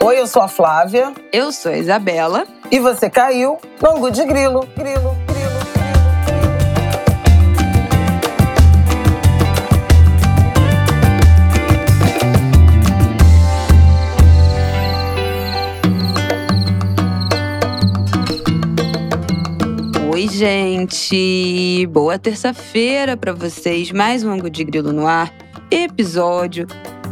Oi, eu sou a Flávia. Eu sou a Isabela. E você caiu no Angu de Grilo. Oi, gente! Boa terça-feira pra vocês. Mais um Angu de Grilo no ar. Episódio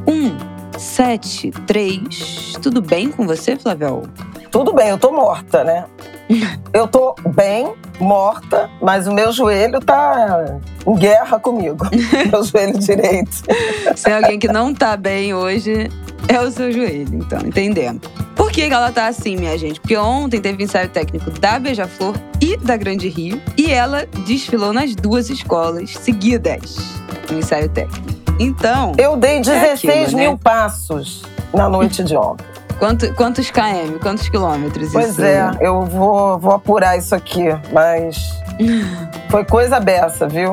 173. Tudo bem com você, Flavel? Tudo bem, eu tô morta, né? Eu tô bem, morta, mas o meu joelho tá em guerra comigo. Meu joelho direito. Se é alguém que não tá bem hoje, é o seu joelho, então, entendemos. Por que ela tá assim, minha gente? Porque ontem teve ensaio técnico da Beija-Flor e da Grande Rio, e ela desfilou nas duas escolas seguidas no ensaio técnico. Então, eu dei 16 mil passos na noite de ontem. Quantos km? Quantos quilômetros? Pois isso? É, eu vou apurar isso aqui, mas foi coisa beça, viu?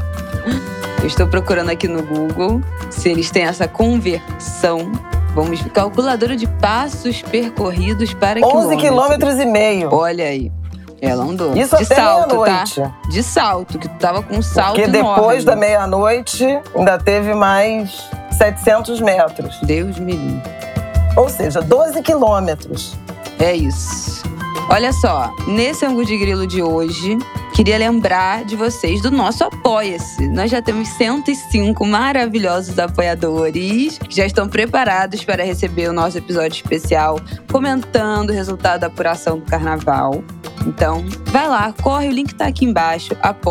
Eu estou procurando aqui no Google se eles têm essa conversão. Vamos ver. Calculadora de passos percorridos para 11 quilômetros e meio. Olha aí. Ela andou. Isso de até salto, meia-noite. Tá? De salto, que tu tava com um salto Porque enorme. depois da meia-noite ainda teve mais 700 metros. Deus me livre. Ou seja, 12 quilômetros. É isso. Olha só, nesse Angu de Grilo de hoje, queria lembrar de vocês do nosso Apoia-se. Nós já temos 105 maravilhosos apoiadores que já estão preparados para receber o nosso episódio especial comentando o resultado da apuração do carnaval. Então, vai lá, corre, o link tá aqui embaixo,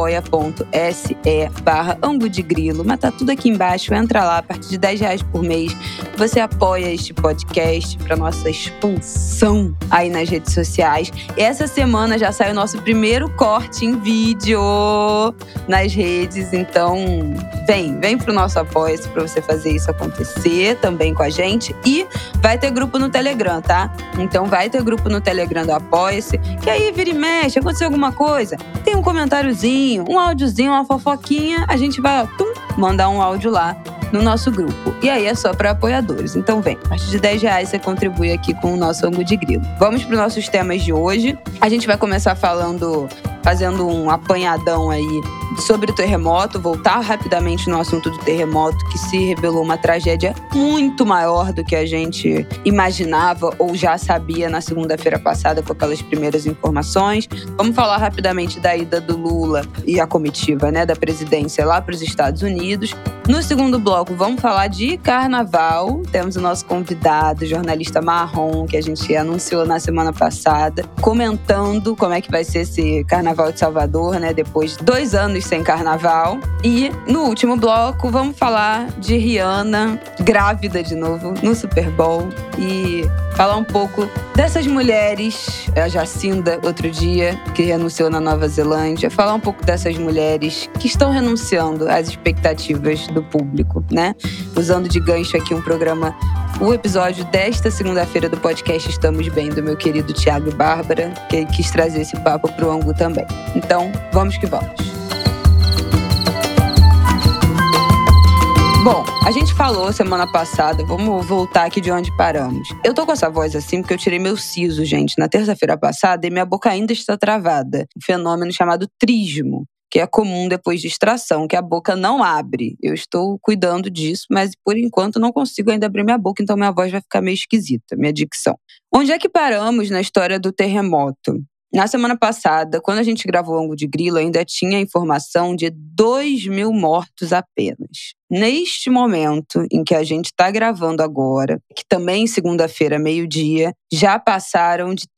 apoia.se/Angu de Grilo. Mas tá tudo aqui embaixo, entra lá, a partir de R$10 por mês. Você apoia este podcast para nossa expansão aí nas redes sociais. E essa semana já sai o nosso primeiro corte em vídeo nas redes. Então, vem pro nosso Apoia-se para você fazer isso acontecer também com a gente. E vai ter grupo no Telegram, tá? Então vai ter grupo no Telegram do Apoia-se. Que aí vira e mexe, aconteceu alguma coisa, tem um comentáriozinho, um áudiozinho, uma fofoquinha, a gente vai, mandar um áudio lá no nosso grupo. E aí é só para apoiadores. Então vem, a partir de R$10 você contribui aqui com o nosso Angu de Grilo. Vamos para os nossos temas de hoje. A gente vai começar fazendo um apanhadão aí sobre o terremoto, voltar rapidamente no assunto do terremoto, que se revelou uma tragédia muito maior do que a gente imaginava ou já sabia na segunda-feira passada com aquelas primeiras informações. Vamos falar rapidamente da ida do Lula e a comitiva, né, da presidência lá para os Estados Unidos. No segundo bloco, vamos falar de carnaval. Temos o nosso convidado, jornalista Marrom, que a gente anunciou na semana passada, comentando como é que vai ser esse carnaval de Salvador, né, depois de 2 anos sem carnaval. E no último bloco, vamos falar de Rihanna, grávida de novo, no Super Bowl. E falar um pouco dessas mulheres, a Jacinda, outro dia, que renunciou na Nova Zelândia. Falar um pouco dessas mulheres que estão renunciando às expectativas do público, né? Usando de gancho aqui o episódio desta segunda-feira do podcast Estamos Bem, do meu querido Thiago e Bárbara, que quis trazer esse papo pro Angu também. Então, vamos que vamos. Bom, a gente falou semana passada, vamos voltar aqui de onde paramos. Eu tô com essa voz assim porque eu tirei meu siso, gente, na terça-feira passada e minha boca ainda está travada. Um fenômeno chamado trismo, que é comum depois de extração, que a boca não abre. Eu estou cuidando disso, mas por enquanto não consigo ainda abrir minha boca, então minha voz vai ficar meio esquisita, minha dicção. Onde é que paramos na história do terremoto? Na semana passada, quando a gente gravou o Angu de Grilo, ainda tinha a informação de 2.000 mortos apenas. Neste momento em que a gente está gravando agora, que também segunda-feira, meio-dia, já passaram de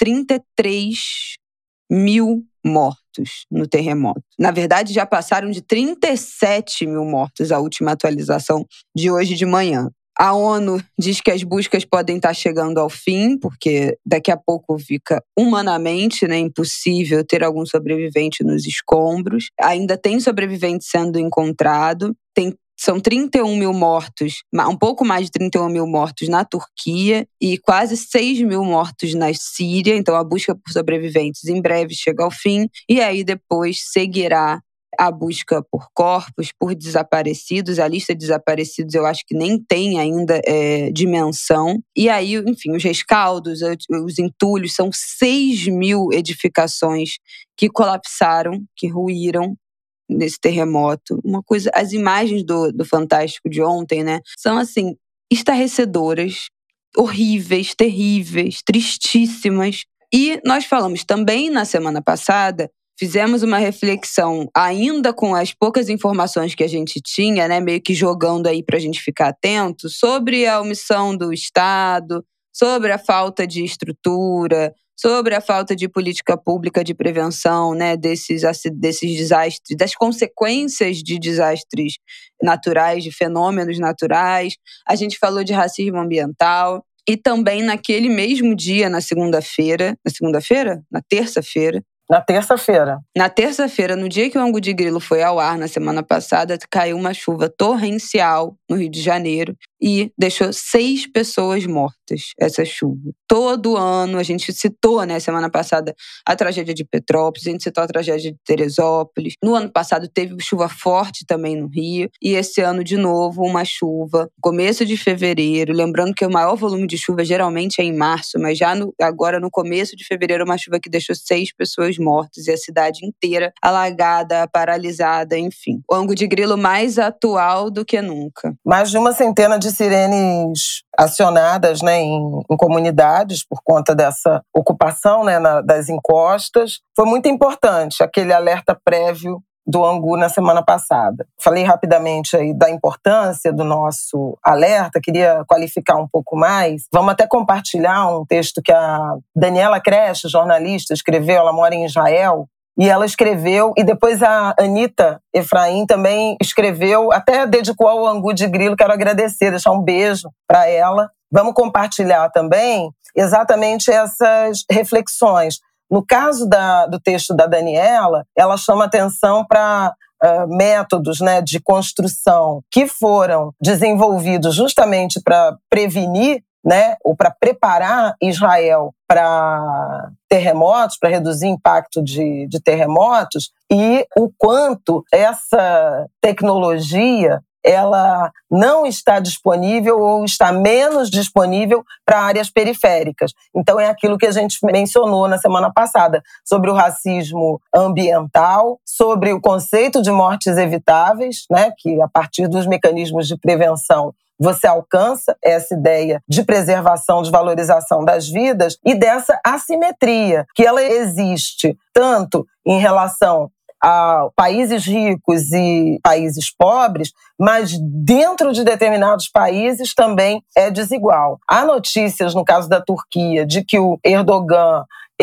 33.000 mortos no terremoto. Na verdade, já passaram de 37.000 mortos, a última atualização de hoje de manhã. A ONU diz que as buscas podem estar chegando ao fim, porque daqui a pouco fica humanamente, né, impossível ter algum sobrevivente nos escombros. Ainda tem sobrevivente sendo encontrado. São 31.000 mortos, um pouco mais de 31.000 mortos na Turquia e quase 6.000 mortos na Síria. Então a busca por sobreviventes em breve chega ao fim. E aí depois seguirá a busca por corpos, por desaparecidos. A lista de desaparecidos eu acho que nem tem ainda dimensão. E aí, enfim, os rescaldos, os entulhos, são 6.000 edificações que colapsaram, que ruíram nesse terremoto. Uma coisa, as imagens do Fantástico de ontem, né, são assim, estarrecedoras, horríveis, terríveis, tristíssimas. E nós falamos também na semana passada, fizemos uma reflexão ainda com as poucas informações que a gente tinha, né, meio que jogando aí pra gente ficar atento, sobre a omissão do Estado, sobre a falta de estrutura, sobre a falta de política pública de prevenção, né, desses desastres, das consequências de desastres naturais, de fenômenos naturais. A gente falou de racismo ambiental. E também naquele mesmo dia, na terça-feira? Na terça-feira, no dia que o Angu de Grilo foi ao ar, na semana passada, caiu uma chuva torrencial no Rio de Janeiro e deixou 6 pessoas mortas, essa chuva. Todo ano, a gente citou, né, semana passada, a tragédia de Petrópolis, a gente citou a tragédia de Teresópolis. No ano passado teve chuva forte também no Rio, e esse ano, de novo, uma chuva, começo de fevereiro, lembrando que o maior volume de chuva geralmente é em março, mas já agora no começo de fevereiro, uma chuva que deixou 6 pessoas mortas e a cidade inteira alagada, paralisada, enfim. O Angu de Grilo mais atual do que nunca. Mais de uma centena de sirenes acionadas, né, em comunidades por conta dessa ocupação, né, das encostas. Foi muito importante aquele alerta prévio do Angu na semana passada. Falei rapidamente aí da importância do nosso alerta, queria qualificar um pouco mais. Vamos até compartilhar um texto que a Daniela Creche, jornalista, escreveu, ela mora em Israel, e ela escreveu, e depois a Anitta Efraim também escreveu, até dedicou ao Angu de Grilo, quero agradecer, deixar um beijo para ela. Vamos compartilhar também exatamente essas reflexões. No caso do texto da Daniela, ela chama atenção para métodos, né, de construção que foram desenvolvidos justamente para prevenir, né, ou para preparar Israel para terremotos, para reduzir o impacto de terremotos, e o quanto essa tecnologia ela não está disponível ou está menos disponível para áreas periféricas. Então é aquilo que a gente mencionou na semana passada, sobre o racismo ambiental, sobre o conceito de mortes evitáveis, né, que a partir dos mecanismos de prevenção você alcança essa ideia de preservação, de valorização das vidas, e dessa assimetria, que ela existe tanto em relação a países ricos e países pobres, mas dentro de determinados países também é desigual. Há notícias, no caso da Turquia, de que o Erdogan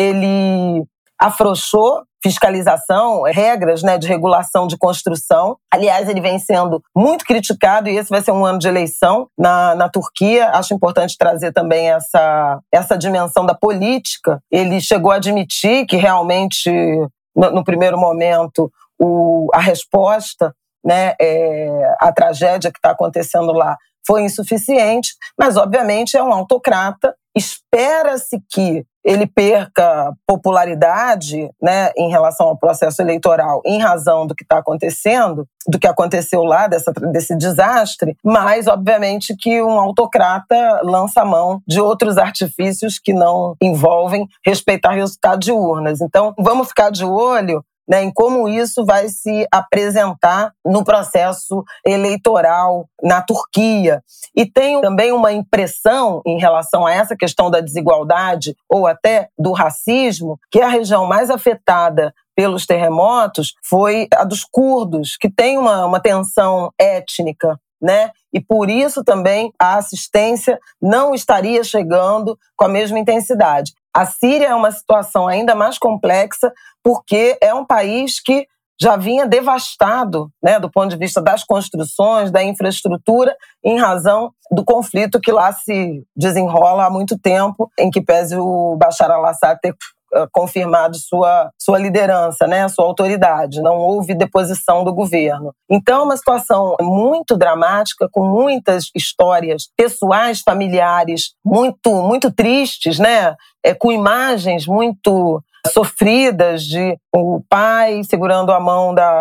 ele afrouxou fiscalização, regras, né, de regulação de construção. Aliás, ele vem sendo muito criticado, e esse vai ser um ano de eleição na Turquia. Acho importante trazer também essa dimensão da política. Ele chegou a admitir que realmente, no primeiro momento, a resposta, né, a tragédia que está acontecendo lá foi insuficiente, mas obviamente é um autocrata. Espera-se que ele perca popularidade, né, em relação ao processo eleitoral, em razão do que está acontecendo, do que aconteceu lá, desse desastre, mas, obviamente, que um autocrata lança a mão de outros artifícios que não envolvem respeitar resultado de urnas. Então, vamos ficar de olho, né, em como isso vai se apresentar no processo eleitoral na Turquia. E tenho também uma impressão em relação a essa questão da desigualdade ou até do racismo, que a região mais afetada pelos terremotos foi a dos curdos, que tem uma tensão étnica, né? E por isso também a assistência não estaria chegando com a mesma intensidade. A Síria é uma situação ainda mais complexa, porque é um país que já vinha devastado, né, do ponto de vista das construções, da infraestrutura, em razão do conflito que lá se desenrola há muito tempo, em que pese o Bashar al-Assad ter confirmado sua liderança, né, sua autoridade. Não houve deposição do governo. Então, é uma situação muito dramática, com muitas histórias pessoais, familiares, muito, muito tristes, né, com imagens muito sofridas de o pai segurando a mão da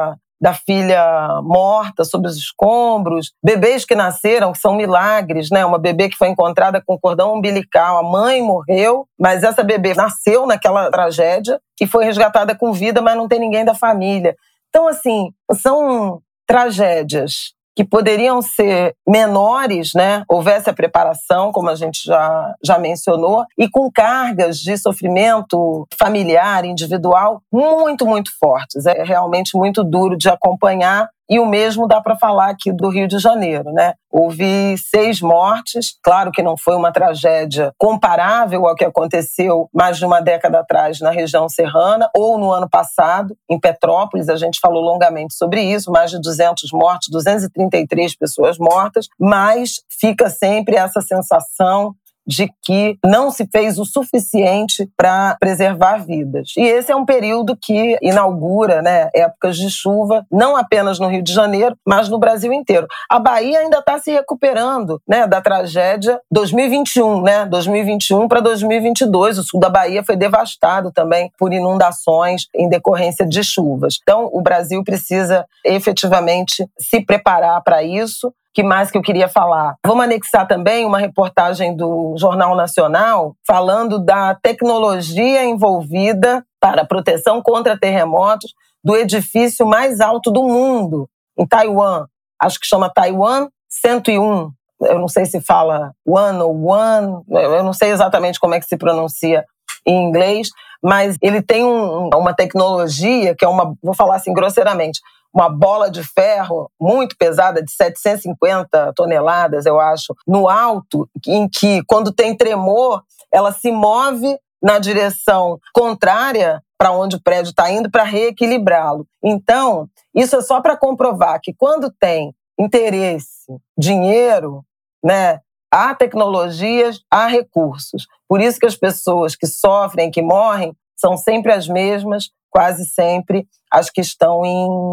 da filha morta sob os escombros, bebês que nasceram, que são milagres, né? Uma bebê que foi encontrada com cordão umbilical, a mãe morreu, mas essa bebê nasceu naquela tragédia e foi resgatada com vida, mas não tem ninguém da família. Então, assim, são tragédias que poderiam ser menores, né? Houvesse a preparação, como a gente já mencionou, e com cargas de sofrimento familiar, individual, muito, muito fortes. É realmente muito duro de acompanhar. E o mesmo dá para falar aqui do Rio de Janeiro, né? Houve 6 mortes, claro que não foi uma tragédia comparável ao que aconteceu mais de uma década atrás na região serrana, ou no ano passado, em Petrópolis, a gente falou longamente sobre isso, mais de 200 mortos, 233 pessoas mortas, mas fica sempre essa sensação de que não se fez o suficiente para preservar vidas. E esse é um período que inaugura, né, épocas de chuva, não apenas no Rio de Janeiro, mas no Brasil inteiro. A Bahia ainda está se recuperando, né, da tragédia 2021, né, 2021 para 2022. O sul da Bahia foi devastado também por inundações em decorrência de chuvas. Então, o Brasil precisa efetivamente se preparar para isso. Que mais que eu queria falar? Vamos anexar também uma reportagem do Jornal Nacional falando da tecnologia envolvida para a proteção contra terremotos do edifício mais alto do mundo, em Taiwan. Acho que chama Taiwan 101. Eu não sei se fala One ou One, eu não sei exatamente como é que se pronuncia em inglês, mas ele tem uma tecnologia que é vou falar assim grosseiramente, uma bola de ferro muito pesada, de 750 toneladas, eu acho, no alto, em que, quando tem tremor, ela se move na direção contrária para onde o prédio está indo para reequilibrá-lo. Então, isso é só para comprovar que quando tem interesse, dinheiro, né, há tecnologias, há recursos. Por isso que as pessoas que sofrem, que morrem, são sempre as mesmas, quase sempre as que estão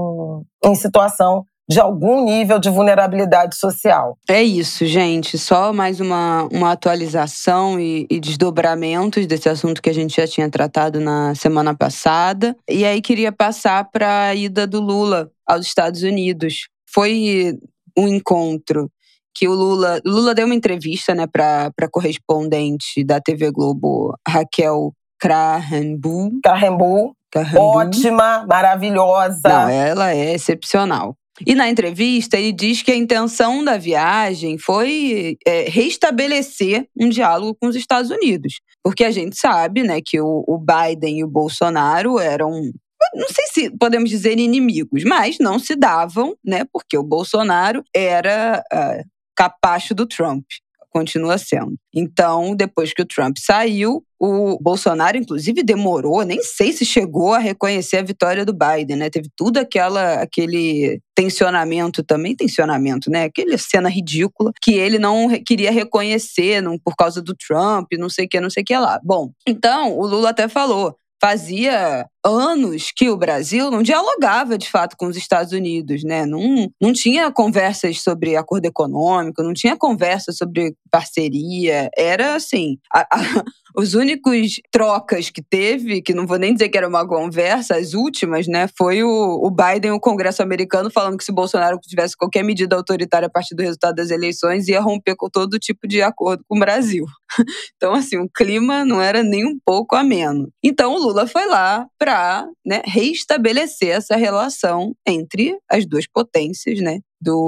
em situação de algum nível de vulnerabilidade social. É isso, gente. Só mais uma atualização e desdobramentos desse assunto que a gente já tinha tratado na semana passada. E aí queria passar para a ida do Lula aos Estados Unidos. Foi um encontro que o Lula deu uma entrevista, né, para a correspondente da TV Globo, Raquel Crahenbull. Ótima, maravilhosa. Não, ela é excepcional. E na entrevista ele diz que a intenção da viagem foi restabelecer um diálogo com os Estados Unidos. Porque a gente sabe, né, que o Biden e o Bolsonaro eram, não sei se podemos dizer inimigos, mas não se davam, né, porque o Bolsonaro era capacho do Trump. Continua sendo. Então, depois que o Trump saiu, o Bolsonaro, inclusive, demorou, nem sei se chegou a reconhecer a vitória do Biden, né? Teve tudo aquele tensionamento, né? Aquela cena ridícula que ele não queria reconhecer por causa do Trump, não sei o que lá. Bom, então, o Lula até falou, fazia anos que o Brasil não dialogava, de fato, com os Estados Unidos, né? Não tinha conversas sobre acordo econômico, não tinha conversa sobre parceria. Era assim, os únicos trocas que teve, que não vou nem dizer que era uma conversa, as últimas, né? Foi o Biden, o Congresso americano, falando que se Bolsonaro tivesse qualquer medida autoritária a partir do resultado das eleições, ia romper com todo tipo de acordo com o Brasil. Então, assim, o clima não era nem um pouco ameno. Então, o Lula foi lá para, né, reestabelecer essa relação entre as duas potências, né,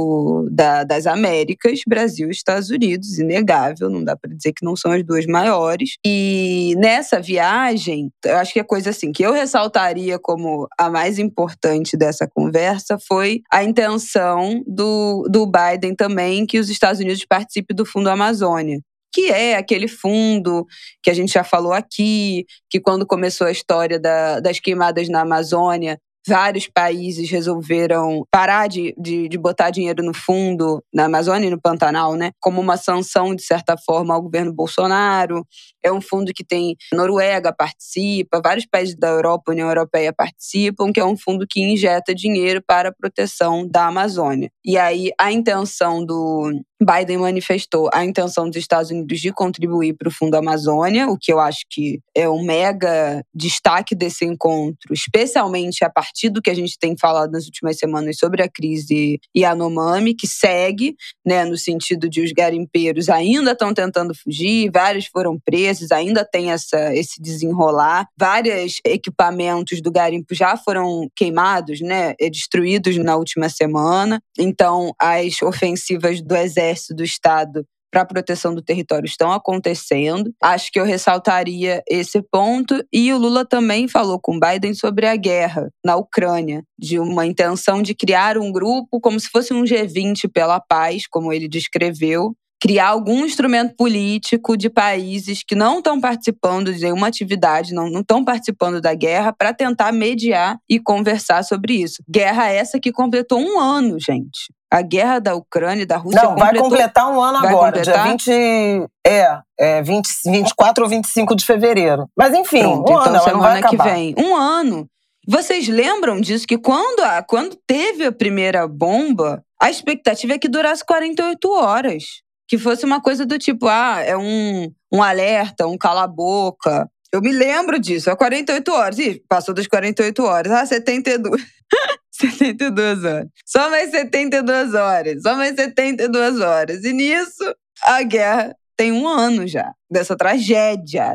das Américas, Brasil e Estados Unidos, inegável, não dá para dizer que não são as duas maiores. E nessa viagem, eu acho que a coisa assim que eu ressaltaria como a mais importante dessa conversa foi a intenção do Biden também que os Estados Unidos participem do Fundo Amazônia, que é aquele fundo que a gente já falou aqui, que quando começou a história das queimadas na Amazônia, vários países resolveram parar de botar dinheiro no fundo, na Amazônia e no Pantanal, né? Como uma sanção, de certa forma, ao governo Bolsonaro. É um fundo que tem Noruega participa, vários países da Europa, União Europeia participam, que é um fundo que injeta dinheiro para a proteção da Amazônia. E aí a intenção do Biden manifestou a intenção dos Estados Unidos de contribuir para o Fundo Amazônia, o que eu acho que é um mega destaque desse encontro, especialmente a partir do que a gente tem falado nas últimas semanas sobre a crise Yanomami, que segue, né, no sentido de os garimpeiros ainda estão tentando fugir, vários foram presos, ainda tem esse desenrolar, vários equipamentos do garimpo já foram queimados, né, destruídos na última semana. Então, as ofensivas do Exército do Estado para a proteção do território estão acontecendo. Acho que eu ressaltaria esse ponto. E o Lula também falou com Biden sobre a guerra na Ucrânia, de uma intenção de criar um grupo como se fosse um G20 pela paz, como ele descreveu, criar algum instrumento político de países que não estão participando de nenhuma atividade, não estão participando da guerra, para tentar mediar e conversar sobre isso. Guerra essa que completou 1 ano, gente. A guerra da Ucrânia e da Rússia vai completar 1 ano agora, dia 24 ou 25 de fevereiro. Mas enfim, pronto, 1 ano, ela não vai acabar. Que vem, 1 ano. Vocês lembram disso? Que quando teve a primeira bomba, a expectativa é que durasse 48 horas. Que fosse uma coisa do tipo, é um alerta, um cala-boca. Eu me lembro disso, 48 horas. Ih, passou das 48 horas. 72. 72 horas. Só mais 72 horas. Só mais 72 horas. E nisso, a guerra tem 1 ano já. Dessa tragédia.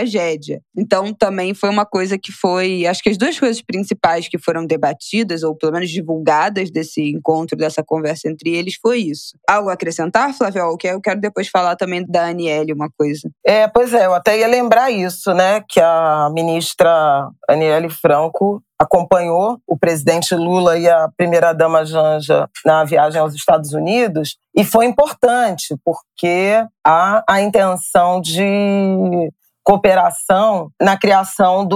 Então, também foi uma coisa que foi... Acho que as 2 coisas principais que foram debatidas, ou pelo menos divulgadas desse encontro, dessa conversa entre eles, foi isso. Algo a acrescentar, Flávia? Eu quero depois falar também da Aniele uma coisa. Pois é, eu até ia lembrar isso, né? Que a ministra Aniele Franco acompanhou o presidente Lula e a primeira-dama Janja na viagem aos Estados Unidos, e foi importante, porque há a intenção de cooperação na criação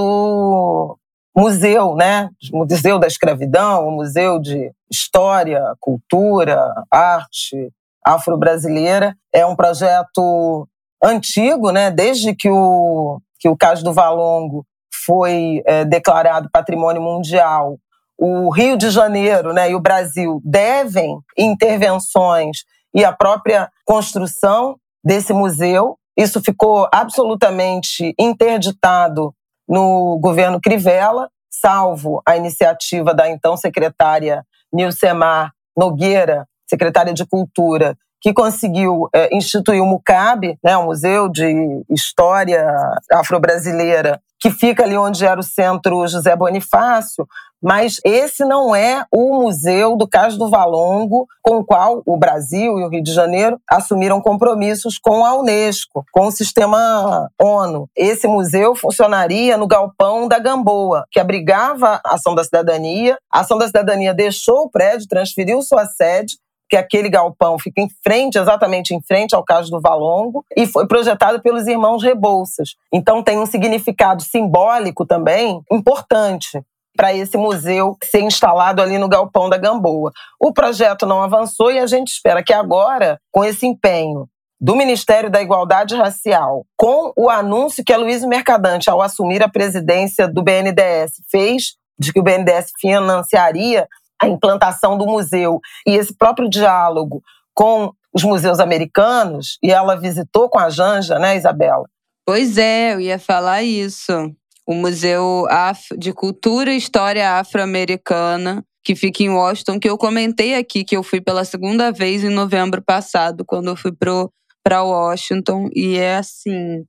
do museu, né? O Museu da Escravidão, o Museu de História, Cultura, Arte Afro-Brasileira. É um projeto antigo, né? Desde que o Cais do Valongo foi declarado Patrimônio Mundial. O Rio de Janeiro, né, e o Brasil devem intervenções e a própria construção desse museu. Isso ficou absolutamente interditado no governo Crivella, salvo a iniciativa da então secretária Nilcemar Nogueira, secretária de Cultura, que conseguiu instituir o MUCAB, né, o Museu de História Afro-Brasileira, que fica ali onde era o Centro José Bonifácio, mas esse não é o museu do Cais do Valongo, com o qual o Brasil e o Rio de Janeiro assumiram compromissos com a Unesco, com o sistema ONU. Esse museu funcionaria no galpão da Gamboa, que abrigava a Ação da Cidadania. A Ação da Cidadania deixou o prédio, transferiu sua sede, que aquele galpão fica exatamente em frente ao Cais do Valongo, e foi projetado pelos irmãos Rebouças. Então tem um significado simbólico também importante para esse museu ser instalado ali no galpão da Gamboa. O projeto não avançou e a gente espera que agora, com esse empenho do Ministério da Igualdade Racial, com o anúncio que a Luísa Mercadante, ao assumir a presidência do BNDES, fez, de que o BNDES financiaria a implantação do museu, e esse próprio diálogo com os museus americanos, e ela visitou com a Janja, né, Isabela? Pois é, eu ia falar isso. O Museu de Cultura e História Afro-Americana, que fica em Washington, que eu comentei aqui, que eu fui pela 2ª vez em novembro passado, quando eu fui para Washington, e é assim...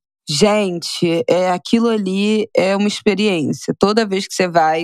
Gente, aquilo ali é uma experiência. Toda vez que você vai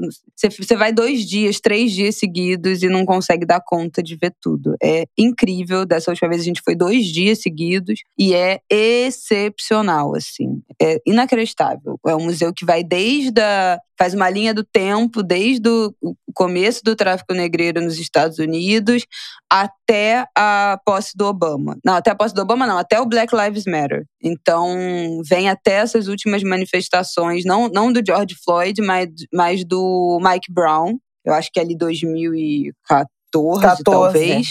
2 dias, 3 dias seguidos e não consegue dar conta de ver tudo. É incrível. Dessa última vez a gente foi 2 dias seguidos e é excepcional, assim. É inacreditável. É um museu que vai faz uma linha do tempo desde o começo do tráfico negreiro nos Estados Unidos até a posse do Obama. Não, até a posse do Obama não, até o Black Lives Matter. Então, vem até essas últimas manifestações, não do George Floyd, mas do Mike Brown. Eu acho que é ali 2014, talvez.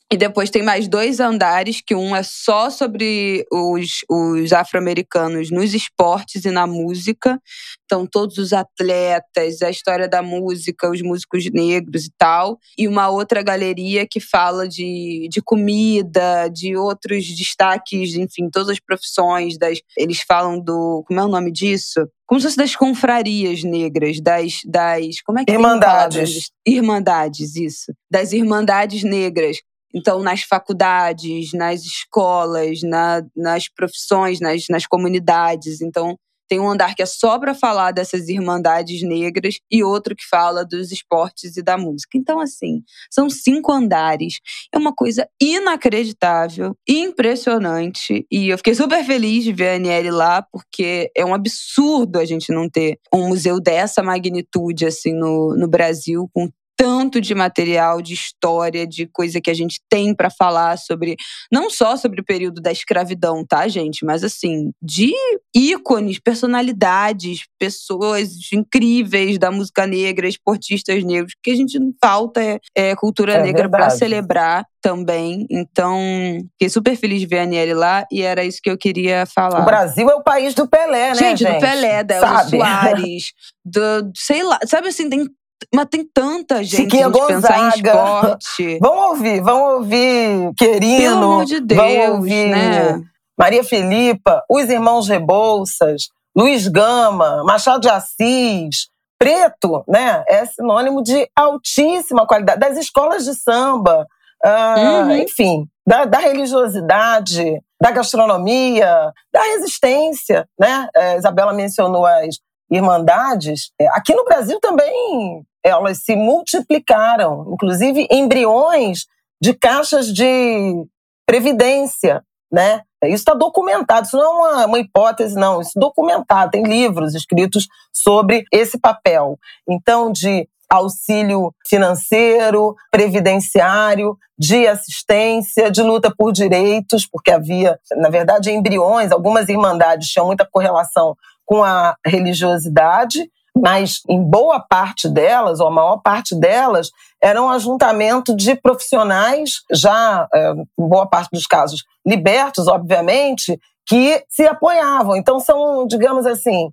E depois tem mais 2 andares, que um é só sobre os afro-americanos nos esportes e na música. Então, todos os atletas, a história da música, os músicos negros e tal. E uma outra galeria que fala de comida, de outros destaques, enfim, todas as profissões. Eles falam do... Como é o nome disso? Como se fosse das confrarias negras, das como é que Irmandades. Irmandades, isso. Das irmandades negras. Então, nas faculdades, nas escolas, nas profissões, nas comunidades. Então, tem um andar que é só para falar dessas irmandades negras e outro que fala dos esportes e da música. Então, assim, são 5 andares. É uma coisa inacreditável, impressionante. E eu fiquei super feliz de ver a Aniele lá, porque é um absurdo a gente não ter um museu dessa magnitude assim, no Brasil, com tanto de material, de história, de coisa que a gente tem para falar sobre, não só sobre o período da escravidão, tá, gente? Mas, assim, de ícones, personalidades, pessoas incríveis da música negra, esportistas negros, que a gente não falta cultura negra para celebrar também. Então, fiquei super feliz de ver a Aniele lá e era isso que eu queria falar. O Brasil é o país do Pelé, né, gente? Do Pelé, da Elza Soares, sei lá, sabe assim, mas tem tanta gente, Chiquinha Gonzaga. Pensar em esporte. Vamos ouvir Querino. Pelo amor de Deus, vamos ouvir, né? Maria Filipa, os irmãos Rebouças, Luiz Gama, Machado de Assis. Preto, né, é sinônimo de altíssima qualidade. Das escolas de samba, enfim, da religiosidade, da gastronomia, da resistência, né? Isabela mencionou as irmandades. Aqui no Brasil também elas se multiplicaram, inclusive embriões de caixas de previdência, né? Isso está documentado, isso não é uma hipótese, não, isso é documentado, tem livros escritos sobre esse papel. Então, de auxílio financeiro, previdenciário, de assistência, de luta por direitos, porque havia, na verdade, embriões, algumas irmandades tinham muita correlação com a religiosidade, mas em boa parte delas, ou a maior parte delas, era um ajuntamento de profissionais, já em boa parte dos casos libertos, obviamente, que se apoiavam. Então são, digamos assim,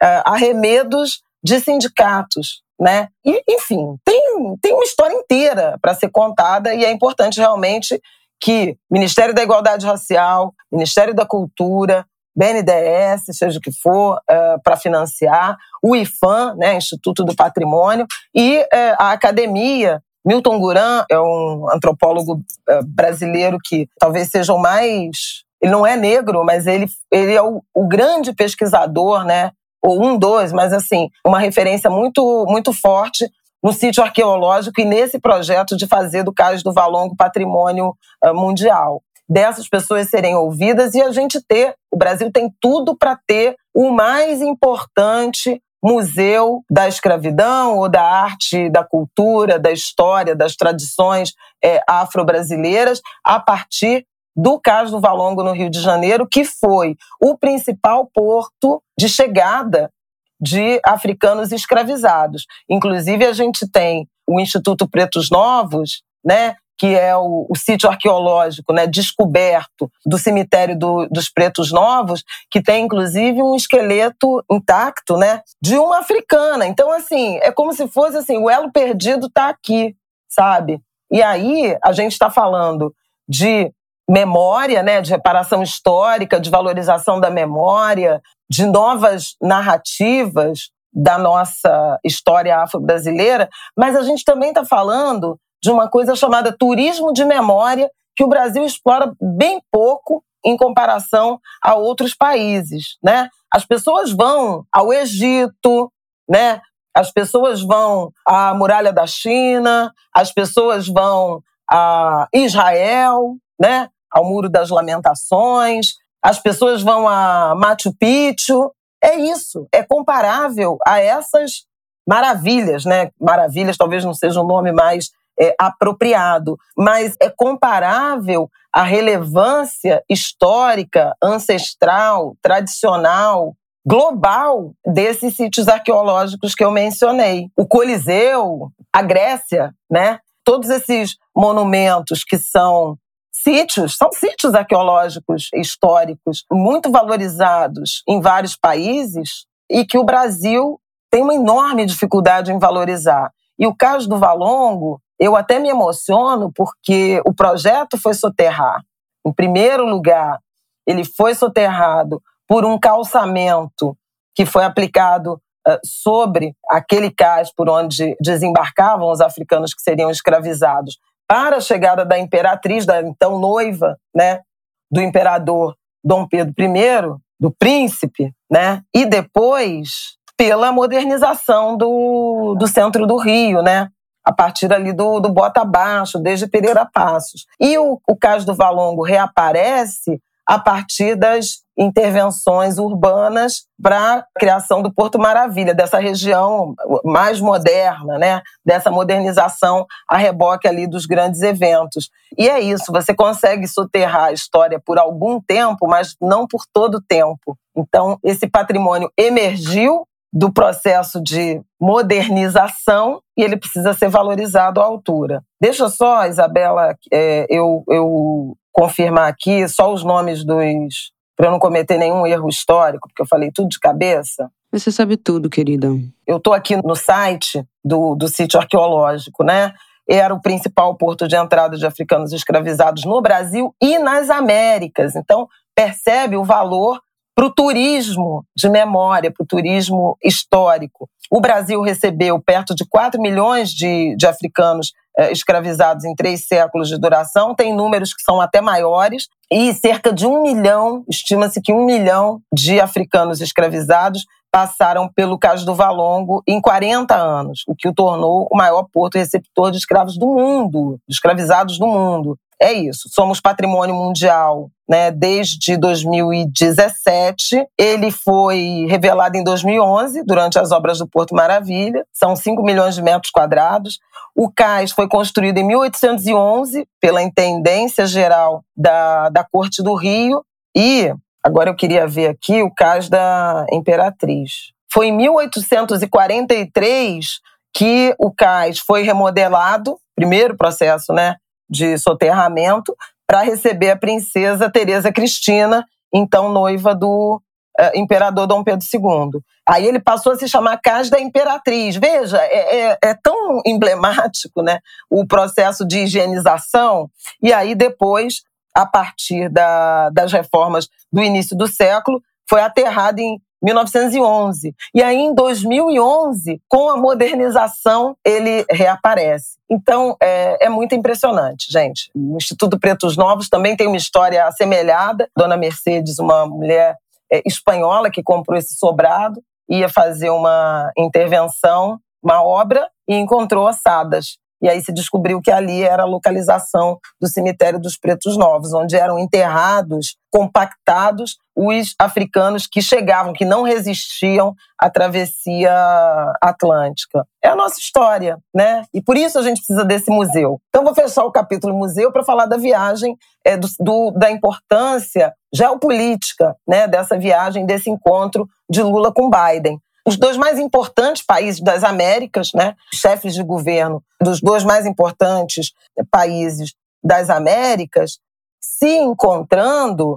arremedos de sindicatos, né? E, enfim, tem uma história inteira para ser contada e é importante realmente que Ministério da Igualdade Racial, Ministério da Cultura, BNDES, seja o que for, para financiar, o IFAM, né, Instituto do Patrimônio, e a academia. Milton Guran é um antropólogo brasileiro que talvez seja o mais... Ele não é negro, mas ele é o grande pesquisador, né, ou um dos, mas assim, uma referência muito, muito forte no sítio arqueológico e nesse projeto de fazer do Cais do Valongo patrimônio mundial. Dessas pessoas serem ouvidas e a gente o Brasil tem tudo para ter o mais importante museu da escravidão ou da arte, da cultura, da história, das tradições afro-brasileiras a partir do Cais do Valongo no Rio de Janeiro, que foi o principal porto de chegada de africanos escravizados. Inclusive, a gente tem o Instituto Pretos Novos, né, que é o sítio arqueológico, né, descoberto do cemitério dos Pretos Novos, que tem, inclusive, um esqueleto intacto, né, de uma africana. Então, assim, é como se fosse assim, o elo perdido está aqui, sabe? E aí, a gente está falando de memória, né, de reparação histórica, de valorização da memória, de novas narrativas da nossa história afro-brasileira, mas a gente também está falando de uma coisa chamada turismo de memória, que o Brasil explora bem pouco em comparação a outros países, né? As pessoas vão ao Egito, né? As pessoas vão à Muralha da China, as pessoas vão a Israel, né? Ao Muro das Lamentações, as pessoas vão a Machu Picchu. É isso, é comparável a essas maravilhas, né? Maravilhas talvez não seja um nome mais apropriado, mas é comparável à relevância histórica, ancestral, tradicional, global desses sítios arqueológicos que eu mencionei. O Coliseu, a Grécia, né? todos esses monumentos que são sítios arqueológicos históricos muito valorizados em vários países e que o Brasil tem uma enorme dificuldade em valorizar. E o caso do Valongo, eu até me emociono porque o projeto foi soterrar. Em primeiro lugar, ele foi soterrado por um calçamento que foi aplicado sobre aquele cais por onde desembarcavam os africanos que seriam escravizados para a chegada da imperatriz, da então noiva, né, do imperador Dom Pedro I, do príncipe, né, e depois pela modernização do centro do Rio, né, a partir ali do Bota Abaixo, desde Pereira Passos. E o Cais do Valongo reaparece a partir das intervenções urbanas para a criação do Porto Maravilha, dessa região mais moderna, né? Dessa modernização a reboque ali dos grandes eventos. E é isso, você consegue soterrar a história por algum tempo, mas não por todo o tempo. Então, esse patrimônio emergiu do processo de modernização e ele precisa ser valorizado à altura. Deixa só, Isabela, eu confirmar aqui só os nomes para eu não cometer nenhum erro histórico, porque eu falei tudo de cabeça. Você sabe tudo, querida. Eu estou aqui no site do sítio arqueológico, né? Era o principal porto de entrada de africanos escravizados no Brasil e nas Américas. Então, percebe o valor para o turismo de memória, para o turismo histórico. O Brasil recebeu perto de 4 milhões de africanos escravizados em 3 séculos de duração, tem números que são até maiores, e cerca de 1 milhão, estima-se que 1 milhão de africanos escravizados passaram pelo Cais do Valongo em 40 anos, o que o tornou o maior porto receptor de escravos do mundo, de escravizados do mundo. É isso, somos patrimônio mundial, né, desde 2017. Ele foi revelado em 2011, durante as obras do Porto Maravilha. São 5 milhões de metros quadrados. O cais foi construído em 1811 pela Intendência Geral da Corte do Rio. E, agora eu queria ver aqui, o cais da Imperatriz. Foi em 1843 que o cais foi remodelado, primeiro processo, né, de soterramento, para receber a princesa Teresa Cristina, então noiva do imperador Dom Pedro II. Aí ele passou a se chamar Cais da Imperatriz. Veja, é tão emblemático, né, o processo de higienização. E aí depois, a partir das reformas do início do século, foi aterrado em 1911. E aí, em 2011, com a modernização, ele reaparece. Então, é muito impressionante, gente. O Instituto Pretos Novos também tem uma história assemelhada. Dona Mercedes, uma mulher espanhola que comprou esse sobrado, ia fazer uma intervenção, uma obra, e encontrou ossadas. E aí se descobriu que ali era a localização do cemitério dos Pretos Novos, onde eram enterrados, compactados, os africanos que chegavam, que não resistiam à travessia atlântica. É a nossa história, né? E por isso a gente precisa desse museu. Então vou fechar o capítulo museu para falar da viagem, da importância geopolítica, né, dessa viagem, desse encontro de Lula com Biden. Os 2 mais importantes países das Américas, né, chefes de governo dos 2 mais importantes países das Américas, se encontrando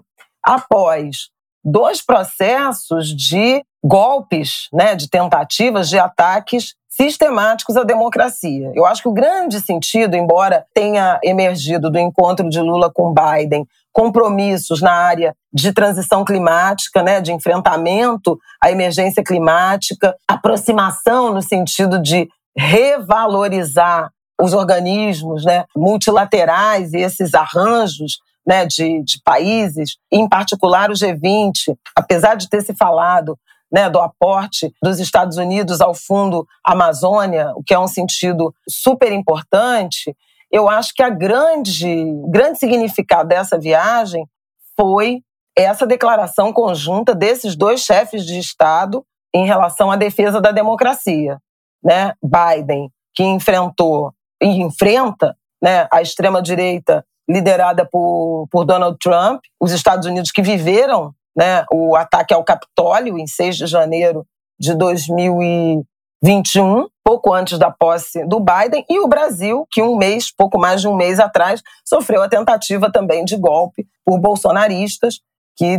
após 2 processos de golpes, né, de tentativas de ataques sistemáticos à democracia. Eu acho que o grande sentido, embora tenha emergido do encontro de Lula com Biden, compromissos na área de transição climática, né, de enfrentamento à emergência climática, aproximação no sentido de revalorizar os organismos, né, multilaterais e esses arranjos, né, de países, em particular o G20, apesar de ter se falado, né, do aporte dos Estados Unidos ao Fundo Amazônia, o que é um sentido super importante, eu acho que o grande significado dessa viagem foi essa declaração conjunta desses 2 chefes de Estado em relação à defesa da democracia, né? Biden, que enfrentou e enfrenta, né, a extrema-direita liderada por Donald Trump, os Estados Unidos que viveram, né, o ataque ao Capitólio em 6 de janeiro de 2021, 2021, pouco antes da posse do Biden, e o Brasil, que pouco mais de um mês atrás, sofreu a tentativa também de golpe por bolsonaristas que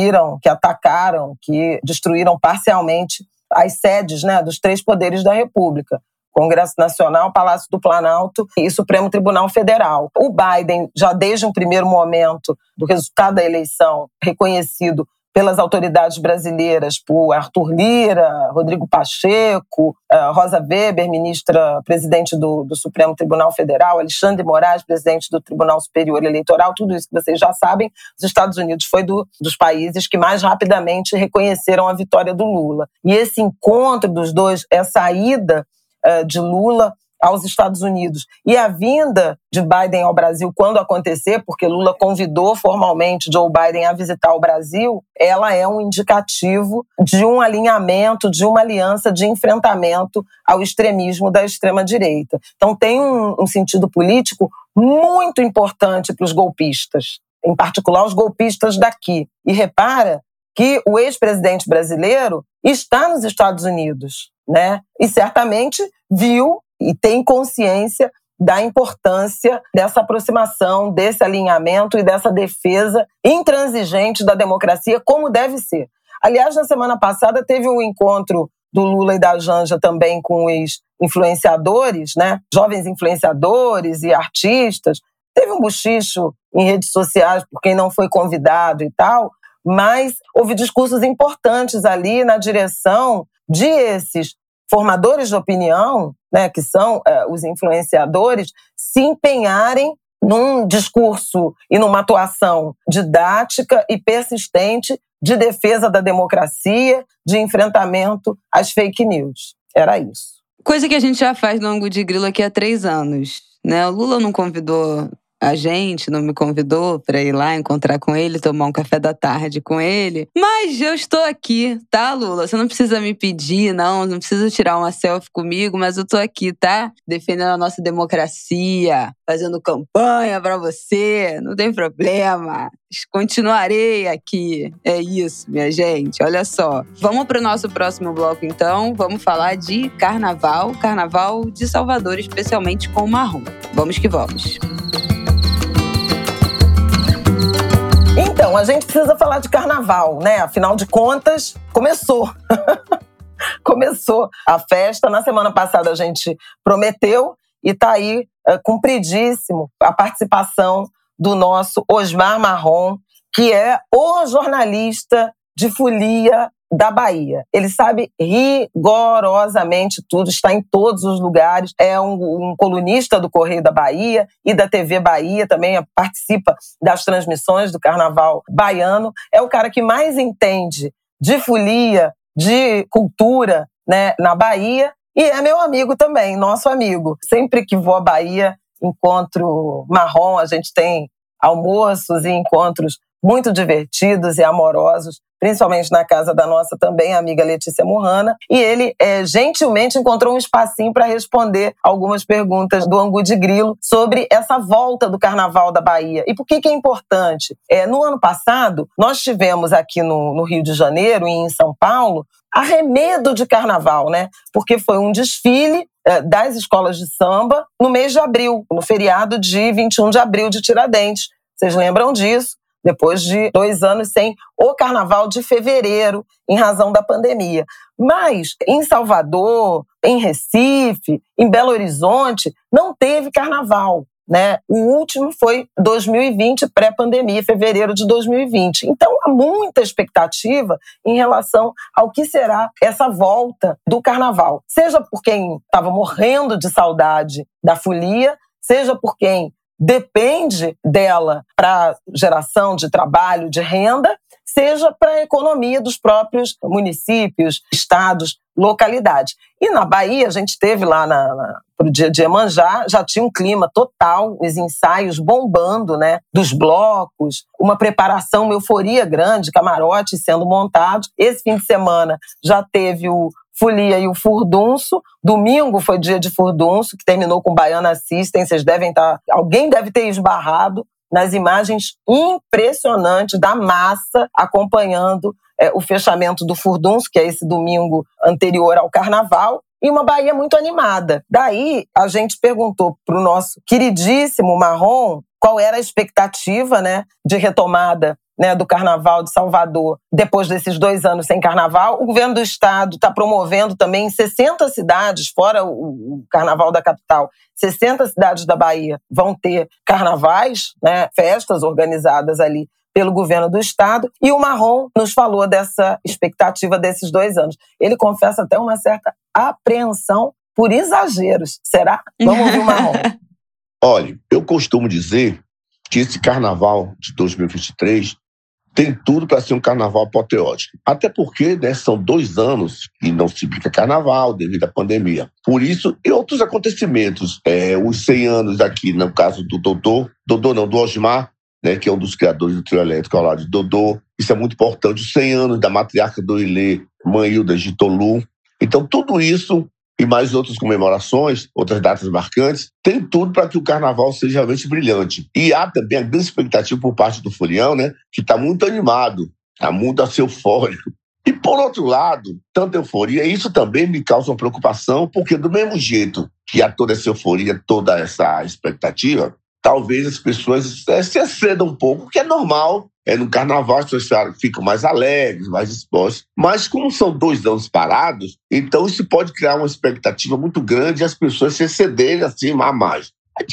atacaram, que destruíram parcialmente as sedes, né, dos 3 poderes da República: Congresso Nacional, Palácio do Planalto e Supremo Tribunal Federal. O Biden, já desde um primeiro momento do resultado da eleição, reconhecido pelas autoridades brasileiras, por Arthur Lira, Rodrigo Pacheco, Rosa Weber, presidente do Supremo Tribunal Federal, Alexandre de Moraes, presidente do Tribunal Superior Eleitoral, tudo isso que vocês já sabem. Os Estados Unidos foi dos países que mais rapidamente reconheceram a vitória do Lula. E esse encontro dos dois, essa ida de Lula aos Estados Unidos e a vinda de Biden ao Brasil quando acontecer, porque Lula convidou formalmente Joe Biden a visitar o Brasil, ela é um indicativo de um alinhamento, de uma aliança de enfrentamento ao extremismo da extrema-direita. Então tem um sentido político muito importante para os golpistas, em particular os golpistas daqui. E repara que o ex-presidente brasileiro está nos Estados Unidos, né? E certamente viu e tem consciência da importância dessa aproximação, desse alinhamento e dessa defesa intransigente da democracia, como deve ser. Aliás, na semana passada teve um encontro do Lula e da Janja também com os influenciadores, né? Jovens influenciadores e artistas. Teve um bochicho em redes sociais por quem não foi convidado e tal, mas houve discursos importantes ali na direção de esses formadores de opinião, né, que são os influenciadores, se empenharem num discurso e numa atuação didática e persistente de defesa da democracia, de enfrentamento às fake news. Era isso. Coisa que a gente já faz no Ângulo de Grilo aqui há 3 anos, né? O Lula não convidou a gente, não me convidou para ir lá encontrar com ele, tomar um café da tarde com ele. Mas eu estou aqui, tá, Lula? Você não precisa me pedir, não precisa tirar uma selfie comigo, mas eu tô aqui, tá? Defendendo a nossa democracia, fazendo campanha para você, não tem problema. Continuarei aqui. É isso, minha gente. Olha só. Vamos para o nosso próximo bloco, então. Vamos falar de carnaval. Carnaval de Salvador, especialmente com o marrom. Vamos que vamos. Então, a gente precisa falar de carnaval, né? Afinal de contas, começou. Começou a festa. Na semana passada a gente prometeu e está aí cumpridíssimo a participação do nosso Osmar Marrom, que é o jornalista de folia da Bahia. Ele sabe rigorosamente tudo, está em todos os lugares, é um colunista do Correio da Bahia e da TV Bahia, também participa das transmissões do Carnaval baiano, é o cara que mais entende de folia, de cultura, né, na Bahia, e é meu amigo também, nosso amigo. Sempre que vou à Bahia, encontro Marrom, a gente tem almoços e encontros muito divertidos e amorosos, principalmente na casa da nossa também amiga Letícia Murrana, e ele gentilmente encontrou um espacinho para responder algumas perguntas do Angu de Grilo sobre essa volta do Carnaval da Bahia. E por que é importante? No ano passado, nós tivemos aqui no Rio de Janeiro e em São Paulo arremedo de carnaval, né? Porque foi um desfile das escolas de samba no mês de abril, no feriado de 21 de abril de Tiradentes. Vocês lembram disso? Depois de 2 anos sem o Carnaval de fevereiro, em razão da pandemia. Mas em Salvador, em Recife, em Belo Horizonte, não teve Carnaval, né? O último foi 2020, pré-pandemia, fevereiro de 2020. Então, há muita expectativa em relação ao que será essa volta do Carnaval. Seja por quem estava morrendo de saudade da folia, seja por quem depende dela para geração de trabalho, de renda, seja para a economia dos próprios municípios, estados, localidades. E na Bahia, a gente teve lá para o dia de Iemanjá, já tinha um clima total, os ensaios bombando, né, dos blocos, uma preparação, uma euforia grande, camarotes sendo montados. Esse fim de semana já teve o Folia e o Furdunço. Domingo foi dia de Furdunço, que terminou com Baiana System. Vocês devem estar... Alguém deve ter esbarrado nas imagens impressionantes da massa acompanhando o fechamento do Furdunço, que é esse domingo anterior ao Carnaval. e uma Bahia muito animada. Daí, a gente perguntou para o nosso queridíssimo Marrom qual era a expectativa, né, de retomada, né, do Carnaval de Salvador depois desses 2 anos sem Carnaval. O governo do estado está promovendo também em 60 cidades, fora o Carnaval da capital, 60 cidades da Bahia vão ter carnavais, né, festas organizadas ali pelo governo do estado, e o Marrom nos falou dessa expectativa desses 2 anos. Ele confessa até uma certa apreensão por exageros. Será? Vamos ouvir o Marrom. Olha, eu costumo dizer que esse carnaval de 2023 tem tudo para ser um carnaval apoteótico. Até porque, né, são 2 anos que não se brinca carnaval devido à pandemia. Por isso, e outros acontecimentos, os 100 anos aqui, no caso do do Osmar, né, que é um dos criadores do trio elétrico ao lado de Dodô. Isso é muito importante. Os 100 anos da matriarca do Ilê, Mãe Hilda de Tolu. Então, tudo isso e mais outras comemorações, outras datas marcantes, tem tudo para que o carnaval seja realmente brilhante. E há também a grande expectativa por parte do Folião, né, que está muito animado, está muito eufórico. E, por outro lado, tanta euforia, isso também me causa uma preocupação, porque do mesmo jeito que há toda essa euforia, toda essa expectativa, talvez as pessoas se excedam um pouco, que é normal. No carnaval as pessoas ficam mais alegres, mais dispostas. Mas como são 2 anos parados, então isso pode criar uma expectativa muito grande e as pessoas se excederem assim a mais.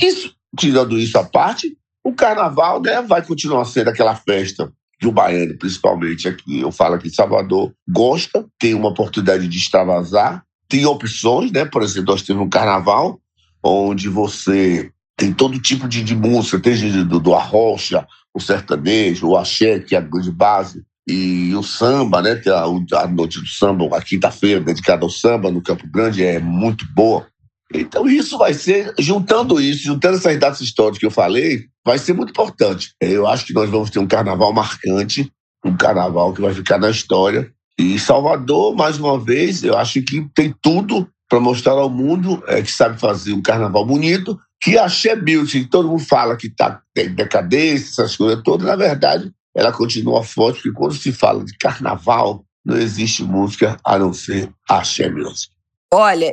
Tirando isso à parte, o carnaval, né, vai continuar sendo aquela festa que o baiano, principalmente aqui, eu falo aqui em Salvador, gosta, tem uma oportunidade de extravasar, tem opções, né? Por exemplo, nós temos um carnaval onde você tem todo tipo de música, desde do arrocha, o sertanejo, o axé, que é a grande base, e o samba, né, que é a noite do samba, a quinta-feira dedicada ao samba no Campo Grande, é muito boa. Então isso vai ser, juntando essas datas históricas que eu falei, vai ser muito importante. Eu acho que nós vamos ter um carnaval marcante, um carnaval que vai ficar na história. E Salvador, mais uma vez, eu acho que tem tudo para mostrar ao mundo que sabe fazer um carnaval bonito, que a Axé Beauty, todo mundo fala que tem decadência, essas coisas todas, na verdade, ela continua forte, porque quando se fala de carnaval, não existe música a não ser a Axé Beauty. Olha,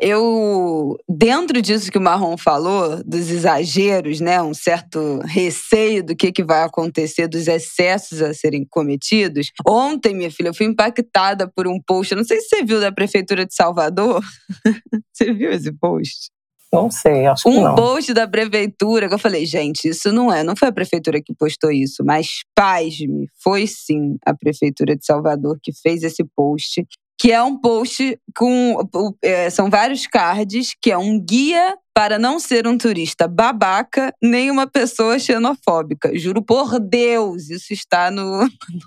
dentro disso que o Marrom falou, dos exageros, né, um certo receio do que vai acontecer, dos excessos a serem cometidos. Ontem, minha filha, eu fui impactada por um post, eu não sei se você viu, da Prefeitura de Salvador. Você viu esse post? Não sei, acho que não. Um post da prefeitura, que eu falei, gente, isso não foi a prefeitura que postou isso, mas pasme, foi sim a Prefeitura de Salvador que fez esse post, que é um post são vários cards, que é um guia para não ser um turista babaca, nem uma pessoa xenofóbica. Juro por Deus, isso está no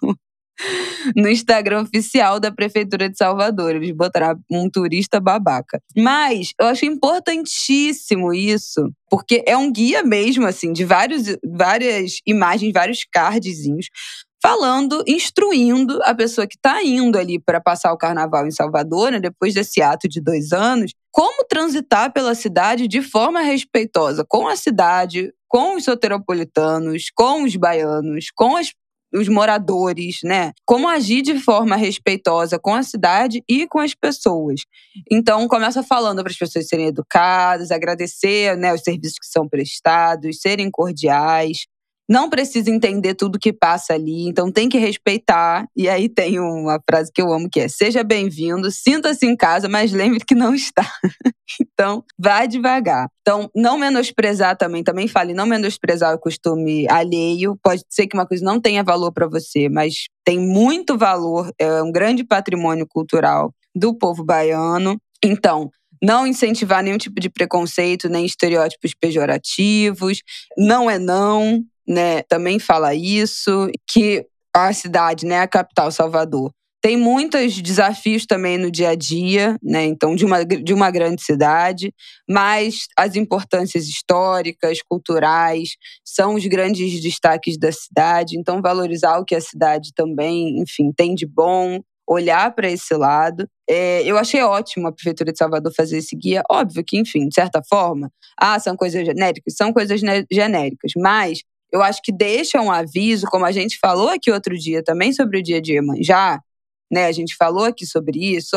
Instagram oficial da Prefeitura de Salvador. Eles botaram um turista babaca. Mas eu acho importantíssimo isso, porque é um guia mesmo, assim, de várias imagens, vários cardzinhos, instruindo a pessoa que está indo ali para passar o carnaval em Salvador, né, depois desse ato de 2 anos, como transitar pela cidade de forma respeitosa com a cidade, com os soteropolitanos, com os baianos, com os moradores, né? Como agir de forma respeitosa com a cidade e com as pessoas. Então, começa falando para as pessoas serem educadas, agradecer, né, os serviços que são prestados, serem cordiais. Não precisa entender tudo que passa ali, então tem que respeitar. E aí tem uma frase que eu amo, que é: seja bem-vindo, sinta-se em casa, mas lembre que não está. Então, vá devagar. Então, não menosprezar também fale, não menosprezar o costume alheio. Pode ser que uma coisa não tenha valor para você, mas tem muito valor, é um grande patrimônio cultural do povo baiano. Então, não incentivar nenhum tipo de preconceito, nem estereótipos pejorativos. Não é não, né? Também fala isso, que a cidade, né, a capital, Salvador, tem muitos desafios também no dia a dia, né? Então, de uma grande cidade, mas as importâncias históricas, culturais, são os grandes destaques da cidade. Então, valorizar o que a cidade também, enfim, tem de bom, olhar para esse lado. Eu achei ótimo a Prefeitura de Salvador fazer esse guia. Óbvio que, enfim, de certa forma, são coisas genéricas, mas eu acho que deixa um aviso, como a gente falou aqui outro dia também sobre o dia de Iemanjá, né? A gente falou aqui sobre isso,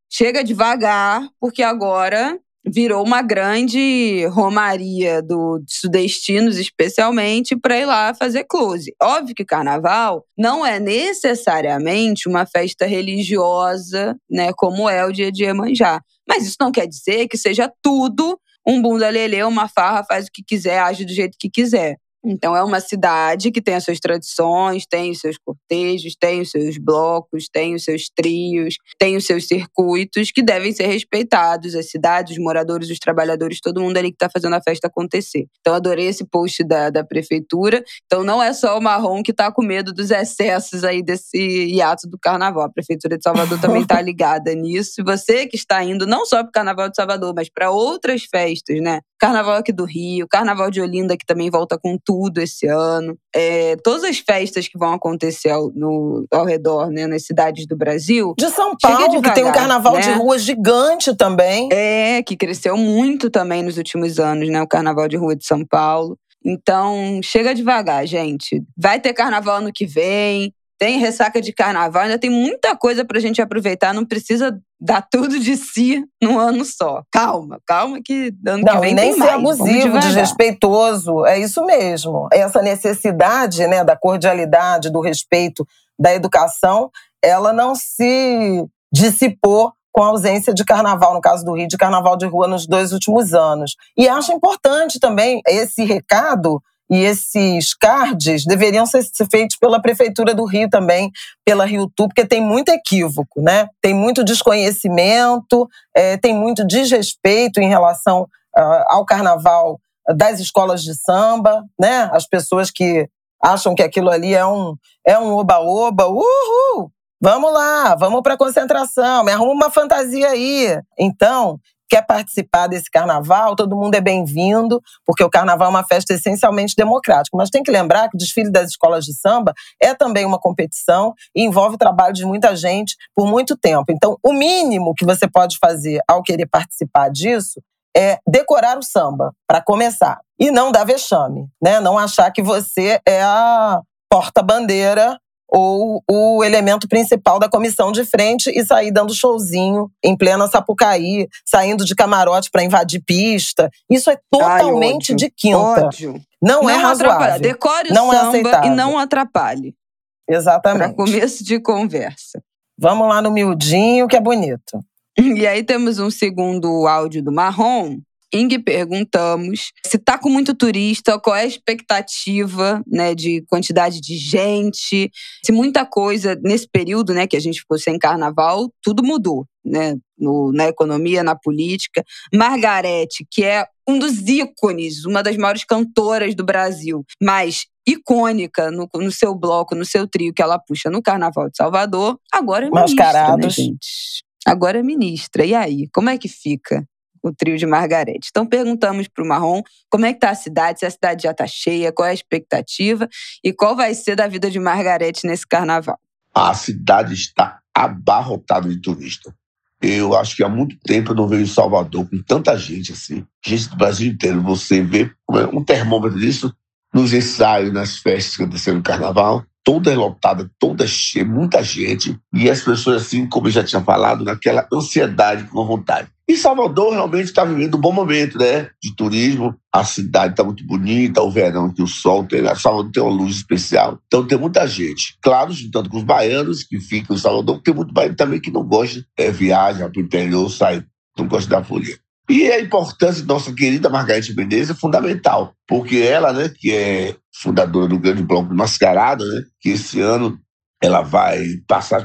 chega devagar, porque agora virou uma grande romaria dos sudestinos, especialmente, para ir lá fazer close. Óbvio que carnaval não é necessariamente uma festa religiosa, né, como é o dia de Iemanjá. Mas isso não quer dizer que seja tudo um bunda lelê, uma farra, faz o que quiser, age do jeito que quiser. Então é uma cidade que tem as suas tradições, tem os seus cortejos, tem os seus blocos, tem os seus trios, tem os seus circuitos que devem ser respeitados. As cidades, os moradores, os trabalhadores, todo mundo ali que está fazendo a festa acontecer. Então adorei esse post da prefeitura. Então não é só o Marrom que está com medo dos excessos aí desse hiato do carnaval. A prefeitura de Salvador também está ligada nisso. E você que está indo não só para o carnaval de Salvador, mas para outras festas, né? Carnaval aqui do Rio, Carnaval de Olinda, que também volta com tudo esse ano. Todas as festas que vão acontecer ao redor, né, nas cidades do Brasil. De São Paulo, devagar, que tem um carnaval, né, de rua gigante também. Que cresceu muito também nos últimos anos, né? O carnaval de rua de São Paulo. Então, chega devagar, gente. Vai ter carnaval ano que vem. Tem ressaca de carnaval, ainda tem muita coisa pra gente aproveitar, não precisa dar tudo de si num ano só. Calma que ano que vem tem mais. Não, nem ser abusivo, desrespeitoso, é isso mesmo. Essa necessidade, né, da cordialidade, do respeito, da educação, ela não se dissipou com a ausência de carnaval, no caso do Rio, de carnaval de rua nos 2 últimos anos. E acho importante também esse recado. E esses cards deveriam ser feitos pela Prefeitura do Rio também, pela RioTu, porque tem muito equívoco, né? Tem muito desconhecimento, tem muito desrespeito em relação ao carnaval das escolas de samba, né? As pessoas que acham que aquilo ali é um oba-oba, uhul! Vamos lá, vamos para a concentração, me arruma uma fantasia aí. Então, quer participar desse carnaval, todo mundo é bem-vindo, porque o carnaval é uma festa essencialmente democrática. Mas tem que lembrar que o desfile das escolas de samba é também uma competição e envolve o trabalho de muita gente por muito tempo. Então, o mínimo que você pode fazer ao querer participar disso é decorar o samba, para começar. E não dar vexame, né? Não achar que você é a porta-bandeira ou o elemento principal da comissão de frente e sair dando showzinho em plena Sapucaí, saindo de camarote para invadir pista. Isso é totalmente de quinta. Ódio. Não é razoável. Decore o samba e não atrapalhe. Exatamente. Para começo de conversa. Vamos lá no miudinho, que é bonito. E aí temos um segundo áudio do Marrom, em que perguntamos se está com muito turista, qual é a expectativa, né, de quantidade de gente, se muita coisa nesse período, né, que a gente ficou sem carnaval, tudo mudou, né, na economia, na política. Margareth, que é um dos ícones, uma das maiores cantoras do Brasil, mas icônica no seu bloco, no seu trio que ela puxa no Carnaval de Salvador, agora é ministra, né, gente? Agora é ministra. E aí, como é que fica o trio de Margareth? Então perguntamos para o Marrom como é que está a cidade, se a cidade já está cheia, qual é a expectativa e qual vai ser da vida de Margareth nesse carnaval. A cidade está abarrotada de turista. Eu acho que há muito tempo eu não vejo Salvador com tanta gente assim, gente do Brasil inteiro. Você vê um termômetro disso nos ensaios, nas festas que aconteceram no carnaval. Toda lotada, toda cheia, muita gente. E as pessoas, assim, como eu já tinha falado, naquela ansiedade, com vontade. E Salvador realmente está vivendo um bom momento, né? De turismo. A cidade está muito bonita, o verão, que o sol tem. Salvador tem uma luz especial. Então tem muita gente. Claro, juntando com os baianos que ficam em Salvador, tem muito baiano também que não gosta, viaja para o interior, sai, não gosta da folia. E a importância de nossa querida Margareth Menezes é fundamental, porque ela, né, que é fundadora do Grande Bloco de Mascarada, né, que esse ano ela vai passar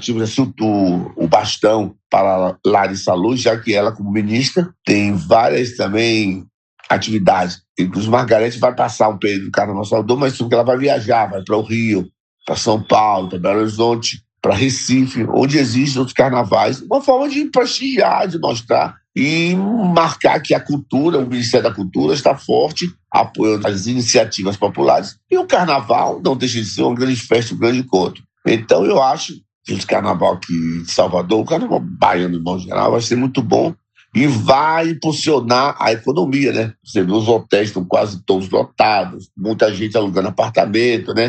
o bastão para Larissa Luz, já que ela, como ministra, tem várias também atividades. Inclusive, Margareth vai passar um período do Carnaval Salvador, mas que ela vai viajar, vai para o Rio, para São Paulo, para Belo Horizonte, para Recife, onde existem outros carnavais, uma forma de prestigiar, de mostrar e marcar que a cultura, o Ministério da Cultura está forte, apoiando as iniciativas populares, e o carnaval não deixa de ser uma grande festa, um grande encontro. Então eu acho que o carnaval aqui de Salvador, o carnaval baiano em geral, vai ser muito bom e vai impulsionar a economia, né? Você vê, os hotéis estão quase todos lotados, muita gente alugando apartamento, né?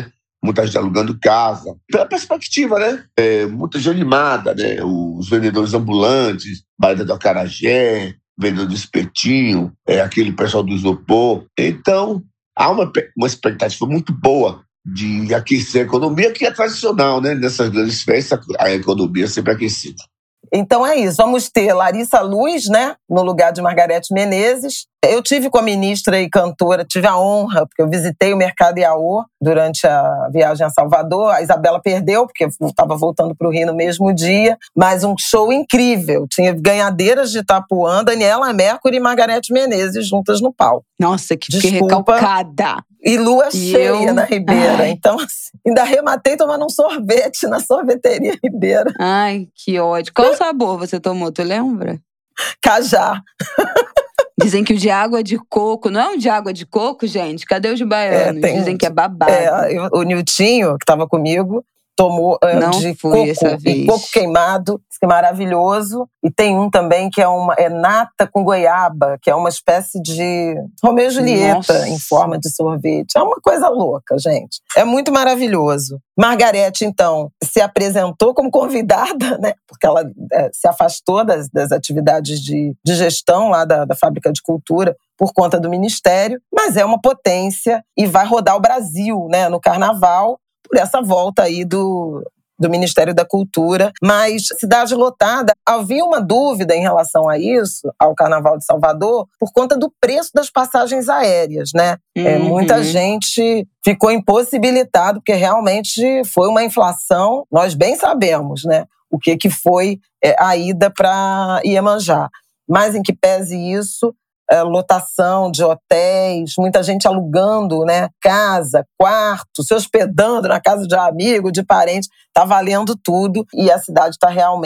muita gente alugando casa. Pela perspectiva, né? Muita gente animada, né? Os vendedores ambulantes, Baía do Acarajé, vendedor de espetinho, aquele pessoal do isopor. Então, há uma expectativa muito boa de aquecer a economia, que é tradicional, né? Nessas grandes festas, a economia é sempre aquecida. Então é isso, vamos ter Larissa Luz, né, no lugar de Margarete Menezes. Eu tive com a ministra e cantora, tive a honra, porque eu visitei o Mercado Iaô durante a viagem a Salvador. A Isabela perdeu, porque estava voltando para o Rio no mesmo dia, mas um show incrível. Tinha ganhadeiras de Itapuã, Daniela Mercury e Margarete Menezes juntas no palco. Nossa, que recalcada! E lua cheia na Ribeira. Ai. Então, assim, ainda arrematei tomando um sorvete na sorveteria Ribeira. Ai, que ódio. Qual sabor você tomou, tu lembra? Cajá. Dizem que o de água de coco, não é um de água de coco, gente? Cadê os de baianos? Dizem que é babado. O Niltinho, que estava comigo, tomou de coco e coco queimado, que é maravilhoso. E tem um também que é nata com goiaba, que é uma espécie de Romeu e Julieta em forma de sorvete. É uma coisa louca, gente. É muito maravilhoso. Margarete, então, se apresentou como convidada, né? Porque ela se afastou das atividades de gestão lá da Fábrica de Cultura por conta do Ministério, mas é uma potência e vai rodar o Brasil, né, no Carnaval, por essa volta aí do Ministério da Cultura. Mas cidade lotada, havia uma dúvida em relação a isso, ao Carnaval de Salvador, por conta do preço das passagens aéreas, né? Muita gente ficou impossibilitada, porque realmente foi uma inflação, nós bem sabemos, né? O que foi a ida para Iemanjá. Mas em que pese isso, lotação de hotéis, muita gente alugando, né, casa, quarto, se hospedando na casa de amigo, de parente, tá valendo tudo. E a cidade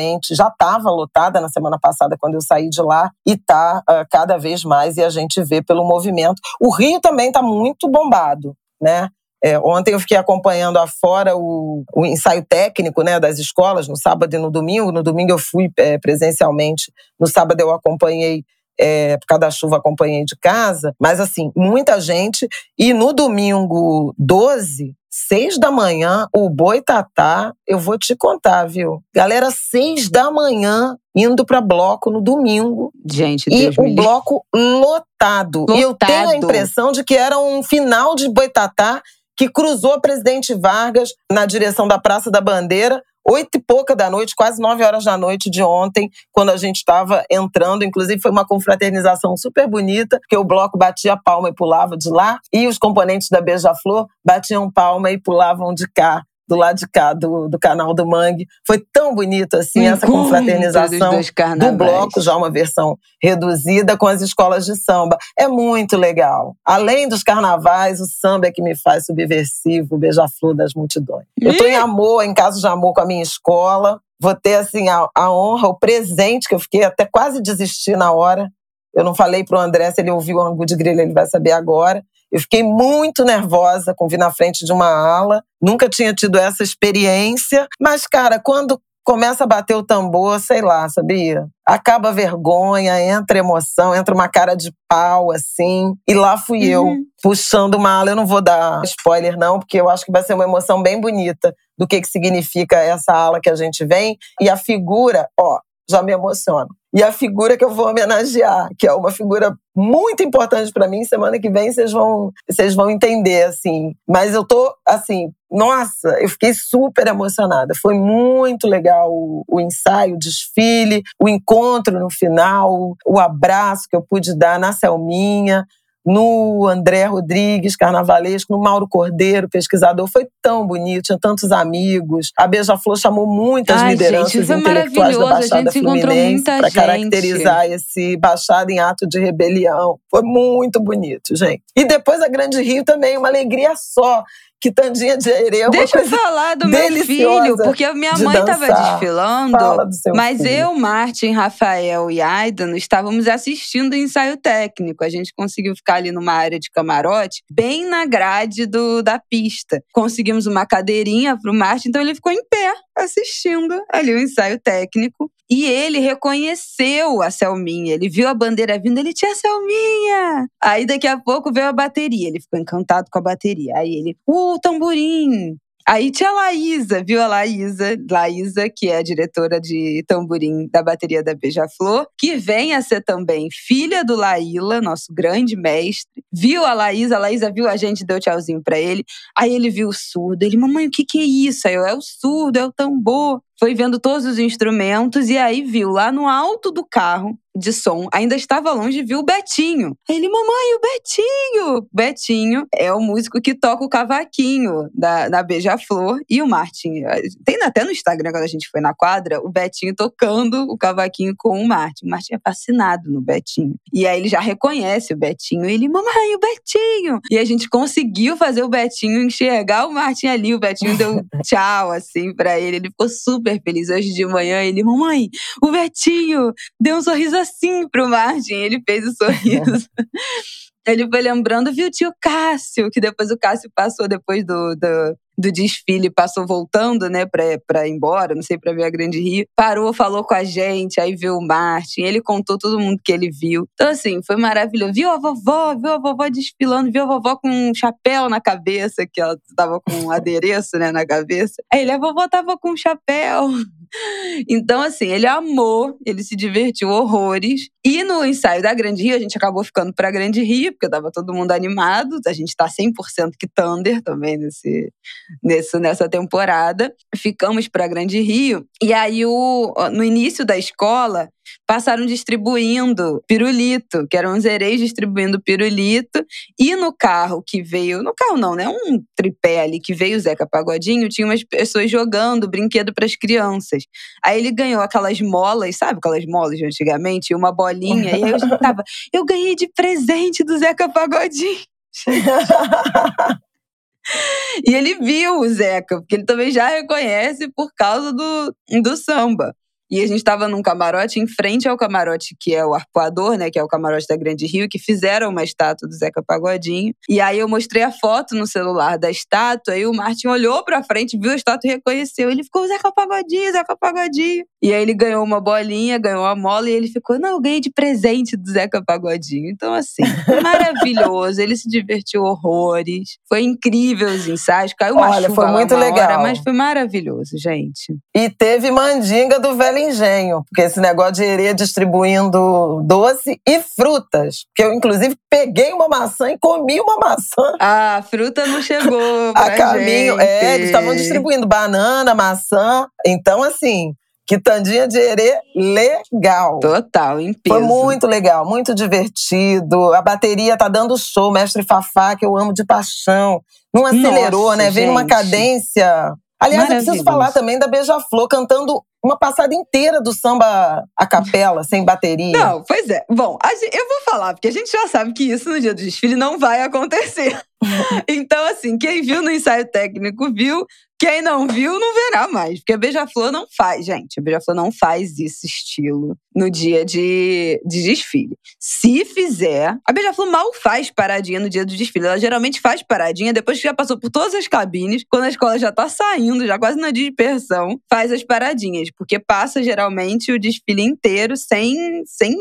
já estava lotada na semana passada quando eu saí de lá, e tá cada vez mais, e a gente vê pelo movimento. O Rio também tá muito bombado, né? Ontem eu fiquei acompanhando afora o ensaio técnico, né, das escolas, no sábado e no domingo. No domingo eu fui presencialmente, no sábado eu acompanhei, por causa da chuva acompanhei de casa, mas assim, muita gente. E no domingo 12, 6 da manhã, o Boitatá, eu vou te contar, viu? Galera, 6 da manhã, indo pra bloco no domingo. Gente, e o bloco lotado. E eu tenho a impressão de que era um final de Boitatá que cruzou a Presidente Vargas na direção da Praça da Bandeira, 8 e pouca da noite, quase 9 horas da noite de ontem, quando a gente estava entrando. Inclusive, foi uma confraternização super bonita, porque o bloco batia palma e pulava de lá, e os componentes da Beija-Flor batiam palma e pulavam de cá, do lado de cá, do canal do Mangue. Foi tão bonito assim, essa confraternização do bloco, já uma versão reduzida com as escolas de samba. É muito legal. Além dos carnavais, o samba é que me faz subversivo, o beija-flor das multidões. Eu estou em caso de amor com a minha escola. Vou ter assim, a honra, o presente, que eu fiquei até quase desistir na hora. Eu não falei pro André, se ele ouviu o Angu de Grilo, ele vai saber agora. Eu fiquei muito nervosa com vir na frente de uma ala. Nunca tinha tido essa experiência. Mas, cara, quando começa a bater o tambor, sei lá, sabia? Acaba a vergonha, entra emoção, entra uma cara de pau, assim. E lá fui eu, puxando uma ala. Eu não vou dar spoiler, não, porque eu acho que vai ser uma emoção bem bonita do que significa essa ala que a gente vem. E a figura, já me emociona. E a figura que eu vou homenagear, que é uma figura muito importante para mim, semana que vem vocês vão entender, assim. Mas eu tô, assim, nossa, eu fiquei super emocionada. Foi muito legal o ensaio, o desfile, o encontro no final, o abraço que eu pude dar na Selminha, no André Rodrigues, carnavalesco, no Mauro Cordeiro, pesquisador. Foi tão bonito, tinha tantos amigos. A Beija-Flor chamou muitas lideranças intelectuais da Baixada Fluminense para caracterizar esse Baixada em ato de rebelião. Foi muito bonito, gente. E depois a Grande Rio também, uma alegria só. Quitandinha de Areia. Deixa eu falar do meu filho, porque a minha mãe estava desfilando, mas filho. Eu, Martin, Rafael e Aidan estávamos assistindo o ensaio técnico. A gente conseguiu ficar ali numa área de camarote, bem na grade da pista. Conseguimos uma cadeirinha pro Martin, então ele ficou em pé assistindo ali o ensaio técnico. E ele reconheceu a Selminha, ele viu a bandeira vindo, ele tinha Selminha! Aí daqui a pouco veio a bateria, ele ficou encantado com a bateria. Aí ele, tamborim! Aí tinha a Laísa, viu a Laísa, que é a diretora de tamborim da bateria da Beija-Flor, que vem a ser também filha do Laíla, nosso grande mestre. Viu a Laísa viu a gente, deu tchauzinho pra ele. Aí ele viu o surdo, ele, mamãe, o que é isso? Aí eu, é o surdo, é o tambor. Foi vendo todos os instrumentos e aí viu lá no alto do carro de som, ainda estava longe, viu o Betinho. Aí ele, mamãe, o Betinho! Betinho é o músico que toca o cavaquinho da Beija-Flor. E o Martin, tem até no Instagram, quando a gente foi na quadra, o Betinho tocando o cavaquinho com o Martin. O Martin é fascinado no Betinho. E aí ele já reconhece o Betinho. E ele, mamãe, o Betinho! E a gente conseguiu fazer o Betinho enxergar o Martin ali. O Betinho deu tchau, assim, pra ele. Ele ficou super feliz. Hoje de manhã, ele, mamãe, o Betinho deu um sorriso assim pro Martin. Ele fez o sorriso. Ele foi lembrando, viu o tio Cássio, que depois o Cássio passou depois do desfile, passou voltando, né, pra ir embora, não sei, pra ver a Grande Rio. Parou, falou com a gente, aí viu o Martin, ele contou todo mundo que ele viu. Então, assim, foi maravilhoso. Viu a vovó desfilando, viu a vovó com um chapéu na cabeça, que ela tava com um adereço, né, na cabeça. Aí ele, a vovó tava com um chapéu. Então, assim, ele amou, ele se divertiu horrores. E no ensaio da Grande Rio, a gente acabou ficando pra Grande Rio, porque tava todo mundo animado. A gente tá 100% que Thunder também nessa temporada. Ficamos pra Grande Rio. E aí, no início da escola, passaram distribuindo pirulito, que eram os hereis distribuindo pirulito. E no carro que veio... No carro não, né? Um tripé ali que veio o Zeca Pagodinho, tinha umas pessoas jogando brinquedo pras crianças. Aí ele ganhou aquelas molas, sabe aquelas molas de antigamente? Uma bolinha. E aí eu já tava... Eu ganhei de presente do Zeca Pagodinho. E ele viu o Zeca, porque ele também já reconhece por causa do samba. E a gente estava num camarote, em frente ao camarote que é o Arpoador, né? Que é o camarote da Grande Rio, que fizeram uma estátua do Zeca Pagodinho. E aí eu mostrei a foto no celular da estátua, e o Martin olhou pra frente, viu a estátua e reconheceu. Ele ficou, Zeca Pagodinho, Zeca Pagodinho. E aí ele ganhou uma bolinha, ganhou a mola, e ele ficou, não, eu ganhei de presente do Zeca Pagodinho. Então, assim, foi maravilhoso. Ele se divertiu horrores. Foi incrível os ensaios. Caiu uma chuva foi muito lá uma legal. hora, mas foi maravilhoso, gente. E teve mandinga do Velho Engenho, porque esse negócio de herê distribuindo doce e frutas. Que eu, inclusive, peguei uma maçã e comi uma maçã. A fruta não chegou pra a caminho. gente. Eles estavam distribuindo banana, maçã. Então, assim, quitandinha de herê legal. Total, em peso. Foi muito legal, muito divertido. A bateria tá dando show. Mestre Fafá, que eu amo de paixão. Não acelerou, Nossa, né? Veio numa cadência... Aliás, eu preciso falar também da Beija-Flor cantando uma passada inteira do samba a capela, sem bateria. Não, pois é. Bom, eu vou falar, porque a gente já sabe que isso no dia do desfile não vai acontecer. Então, assim, quem viu no ensaio técnico viu, quem não viu não verá mais. Porque a Beija-Flor não faz, gente. A Beija-Flor não faz esse estilo no dia de desfile. Se fizer, a Beija-Flor mal faz paradinha no dia do desfile. Ela geralmente faz paradinha depois que já passou por todas as cabines, quando a escola já tá saindo, já quase na dispersão, faz as paradinhas. Porque passa geralmente o desfile inteiro sem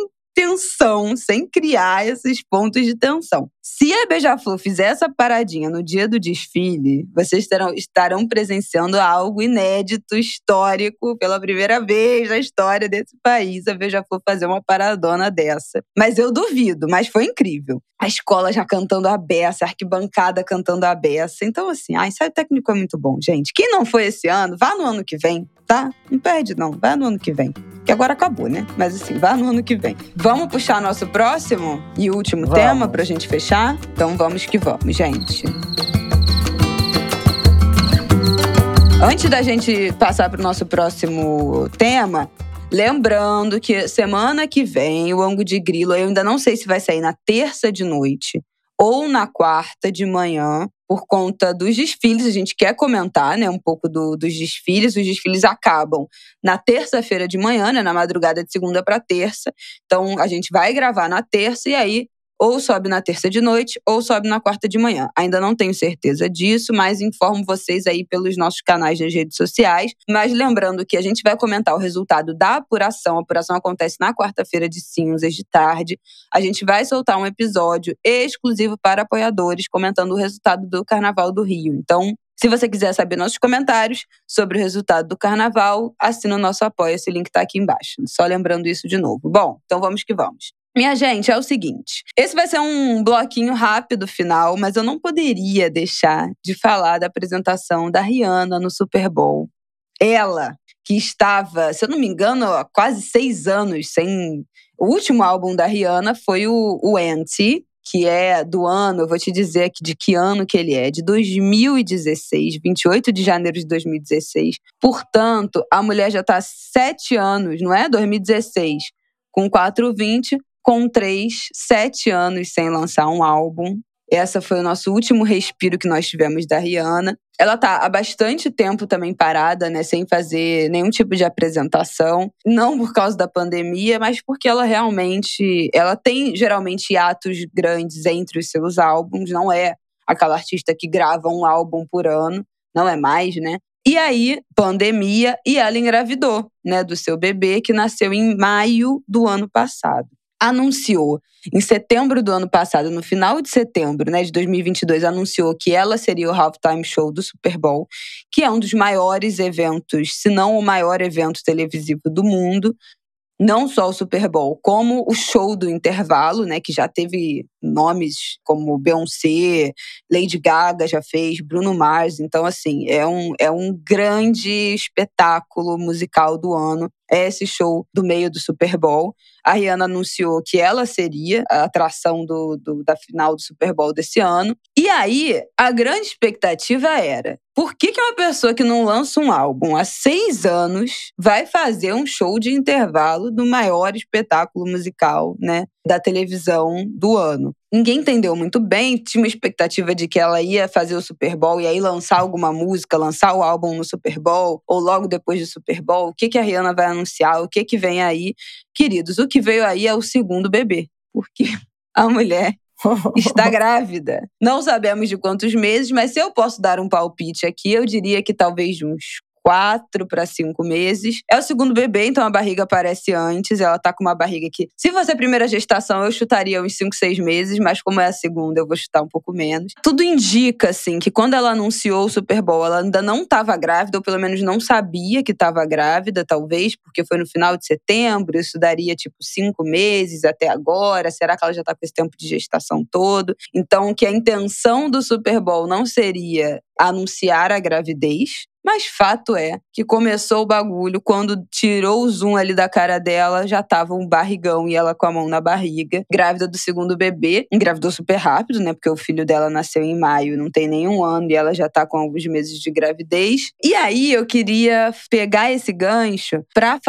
tensão, sem criar esses pontos de tensão. Se a Beija-Flor fizer essa paradinha no dia do desfile, vocês estarão presenciando algo inédito, histórico, pela primeira vez na história desse país, a Beija-Flor fazer uma paradona dessa. Mas eu duvido, mas foi incrível. A escola já cantando a beça, a arquibancada cantando a beça. Então, assim, ensaio técnico é muito bom, gente. Quem não foi esse ano, vá no ano que vem, tá? Não perde, não. Vá no ano que vem. Que agora acabou, né? Mas assim, vá no ano que vem. Vamos puxar nosso próximo e último tema pra gente fechar? Então vamos que vamos, gente. Antes da gente passar pro nosso próximo tema, lembrando que semana que vem o Angu de Grilo, eu ainda não sei se vai sair na terça de noite ou na quarta de manhã, por conta dos desfiles. A gente quer comentar, né, um pouco dos desfiles. Os desfiles acabam na terça-feira de manhã, né, na madrugada de segunda para terça. Então, a gente vai gravar na terça e aí ou sobe na terça de noite ou sobe na quarta de manhã. Ainda não tenho certeza disso, mas informo vocês aí pelos nossos canais nas redes sociais. Mas lembrando que a gente vai comentar o resultado da apuração. A apuração acontece na quarta-feira de cinzas de tarde. A gente vai soltar um episódio exclusivo para apoiadores comentando o resultado do Carnaval do Rio. Então, Se você quiser saber nossos comentários sobre o resultado do carnaval, assina o nosso apoia, esse link tá aqui embaixo. Só lembrando isso de novo. Bom, então vamos que vamos. Minha gente, é o seguinte, esse vai ser um bloquinho rápido final, mas eu não poderia deixar de falar da apresentação da Rihanna no Super Bowl. Ela, que estava, se eu não me engano, há quase 6 anos sem... O último álbum da Rihanna foi o Anti, que é do ano, eu vou te dizer aqui de que ano que ele é, de 2016, 28 de janeiro de 2016. Portanto, a mulher já está há 7 anos, não é? 2016, com 4,20, com 7 anos sem lançar um álbum. Essa foi o nosso último respiro que nós tivemos da Rihanna. Ela tá há bastante tempo também parada, né, sem fazer nenhum tipo de apresentação. Não por causa da pandemia, mas porque ela tem geralmente hiatos grandes entre os seus álbuns. Não é aquela artista que grava um álbum por ano. Não é mais, né? E aí, pandemia, e ela engravidou, né, do seu bebê, que nasceu em maio do ano passado. Anunciou em setembro do ano passado, no final de setembro, né, de 2022, anunciou que ela seria o halftime show do Super Bowl, que é um dos maiores eventos, se não o maior evento televisivo do mundo. Não só o Super Bowl, como o show do intervalo, né, que já teve nomes como Beyoncé, Lady Gaga já fez, Bruno Mars. Então, assim, é um grande espetáculo musical do ano. É esse show do meio do Super Bowl. A Rihanna anunciou que ela seria a atração da final do Super Bowl desse ano. E aí, a grande expectativa era: por que uma pessoa que não lança um álbum há 6 anos vai fazer um show de intervalo do maior espetáculo musical, né, da televisão do ano? Ninguém entendeu muito bem, tinha uma expectativa de que ela ia fazer o Super Bowl e aí lançar alguma música, lançar o álbum no Super Bowl, ou logo depois do Super Bowl. O que a Rihanna vai anunciar? O que vem aí? Queridos, o que veio aí é o segundo bebê, porque a mulher está grávida. Não sabemos de quantos meses, mas se eu posso dar um palpite aqui, eu diria que talvez de uns 4 para 5 meses. É o segundo bebê, então a barriga aparece antes. Ela tá com uma barriga que, se fosse a primeira gestação, eu chutaria uns 5, 6 meses, mas como é a segunda, eu vou chutar um pouco menos. Tudo indica, assim, que quando ela anunciou o Super Bowl, ela ainda não estava grávida, ou pelo menos não sabia que estava grávida, talvez, porque foi no final de setembro, isso daria tipo 5 meses até agora. Será que ela já tá com esse tempo de gestação todo? Então, que a intenção do Super Bowl não seria anunciar a gravidez, mas fato é que começou o bagulho, quando tirou o zoom ali da cara dela, já tava um barrigão e ela com a mão na barriga, grávida do segundo bebê. Engravidou super rápido, né, porque o filho dela nasceu em maio, não tem nenhum ano, e ela já tá com alguns meses de gravidez. E aí eu queria pegar esse gancho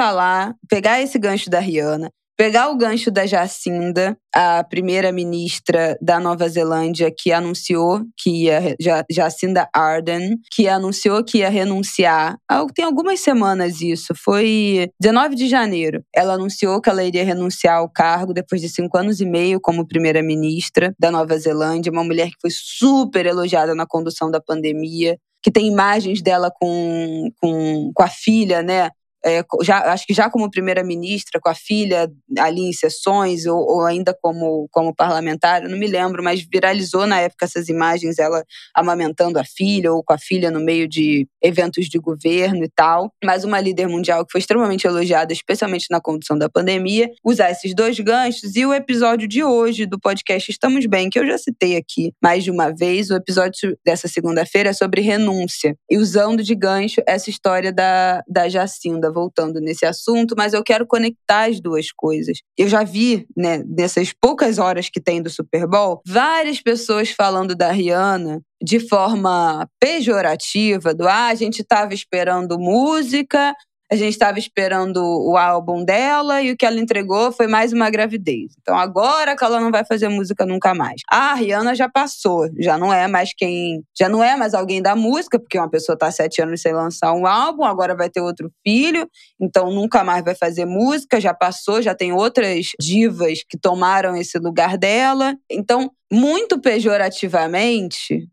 da Rihanna, pegar o gancho da Jacinda, a primeira-ministra da Nova Zelândia, que anunciou que ia, Jacinda Ardern, que anunciou que ia renunciar. Tem algumas semanas isso, foi 19 de janeiro. Ela anunciou que ela iria renunciar ao cargo depois de 5 anos e meio como primeira-ministra da Nova Zelândia, uma mulher que foi super elogiada na condução da pandemia, que tem imagens dela com a filha, né? Acho que já como primeira-ministra, com a filha ali em sessões, ou ainda como parlamentar, eu não me lembro, mas viralizou na época essas imagens, ela amamentando a filha, ou com a filha no meio de eventos de governo e tal. Mas uma líder mundial que foi extremamente elogiada, especialmente na condução da pandemia. Usar esses 2 ganchos, e o episódio de hoje do podcast Estamos Bem, que eu já citei aqui mais de uma vez, o episódio dessa segunda-feira é sobre renúncia, e usando de gancho essa história da Jacinda, voltando nesse assunto, mas eu quero conectar as duas coisas. Eu já vi, né, nessas poucas horas que tem do Super Bowl, várias pessoas falando da Rihanna de forma pejorativa, a gente estava esperando música, a gente estava esperando o álbum dela e o que ela entregou foi mais uma gravidez. Então agora que ela não vai fazer música nunca mais. A Rihanna já passou, já não é mais alguém da música, porque uma pessoa está 7 anos sem lançar um álbum, agora vai ter outro filho, então nunca mais vai fazer música, já passou, já tem outras divas que tomaram esse lugar dela. Então, muito pejorativamente,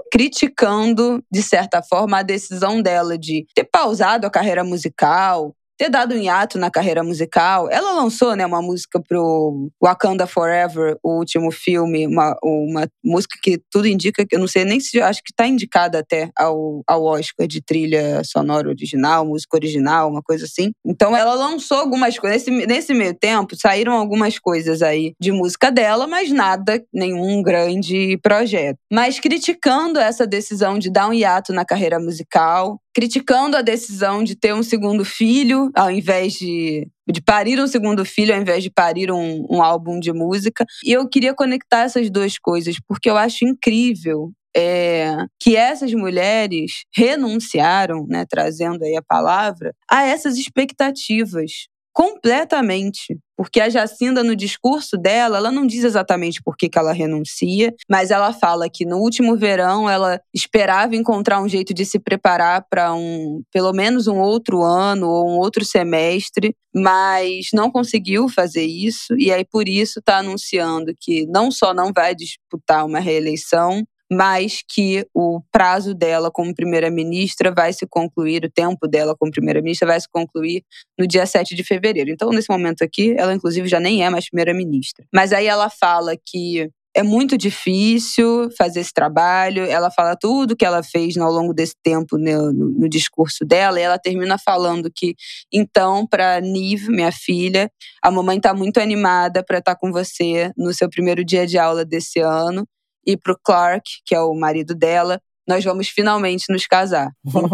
criticando, de certa forma, a decisão dela de ter pausado a carreira musical, ter dado um hiato na carreira musical. Ela lançou, né, uma música pro Wakanda Forever, o último filme, uma música que tudo indica, que eu não sei nem se, acho que está indicada até ao Oscar de trilha sonora original, música original, uma coisa assim. Então ela lançou algumas coisas. Nesse meio tempo, saíram algumas coisas aí de música dela, mas nada, nenhum grande projeto. Mas criticando essa decisão de dar um hiato na carreira musical, criticando a decisão de ter um segundo filho, ao invés de parir um segundo filho, ao invés de parir um álbum de música. E eu queria conectar essas duas coisas, porque eu acho incrível que essas mulheres renunciaram, né, trazendo aí a palavra, a essas expectativas. Completamente. Porque a Jacinda, no discurso dela, ela não diz exatamente por que ela renuncia, mas ela fala que no último verão ela esperava encontrar um jeito de se preparar para pelo menos um outro ano ou um outro semestre, mas não conseguiu fazer isso, e aí por isso está anunciando que não só não vai disputar uma reeleição, mas que o prazo dela como primeira-ministra vai se concluir, o tempo dela como primeira-ministra vai se concluir no dia 7 de fevereiro. Então, nesse momento aqui, ela inclusive já nem é mais primeira-ministra. Mas aí ela fala que é muito difícil fazer esse trabalho, ela fala tudo que ela fez ao longo desse tempo no discurso dela, e ela termina falando que, então, para Nive, minha filha, a mamãe está muito animada para estar com você no seu primeiro dia de aula desse ano, e pro Clark, que é o marido dela, nós vamos finalmente nos casar.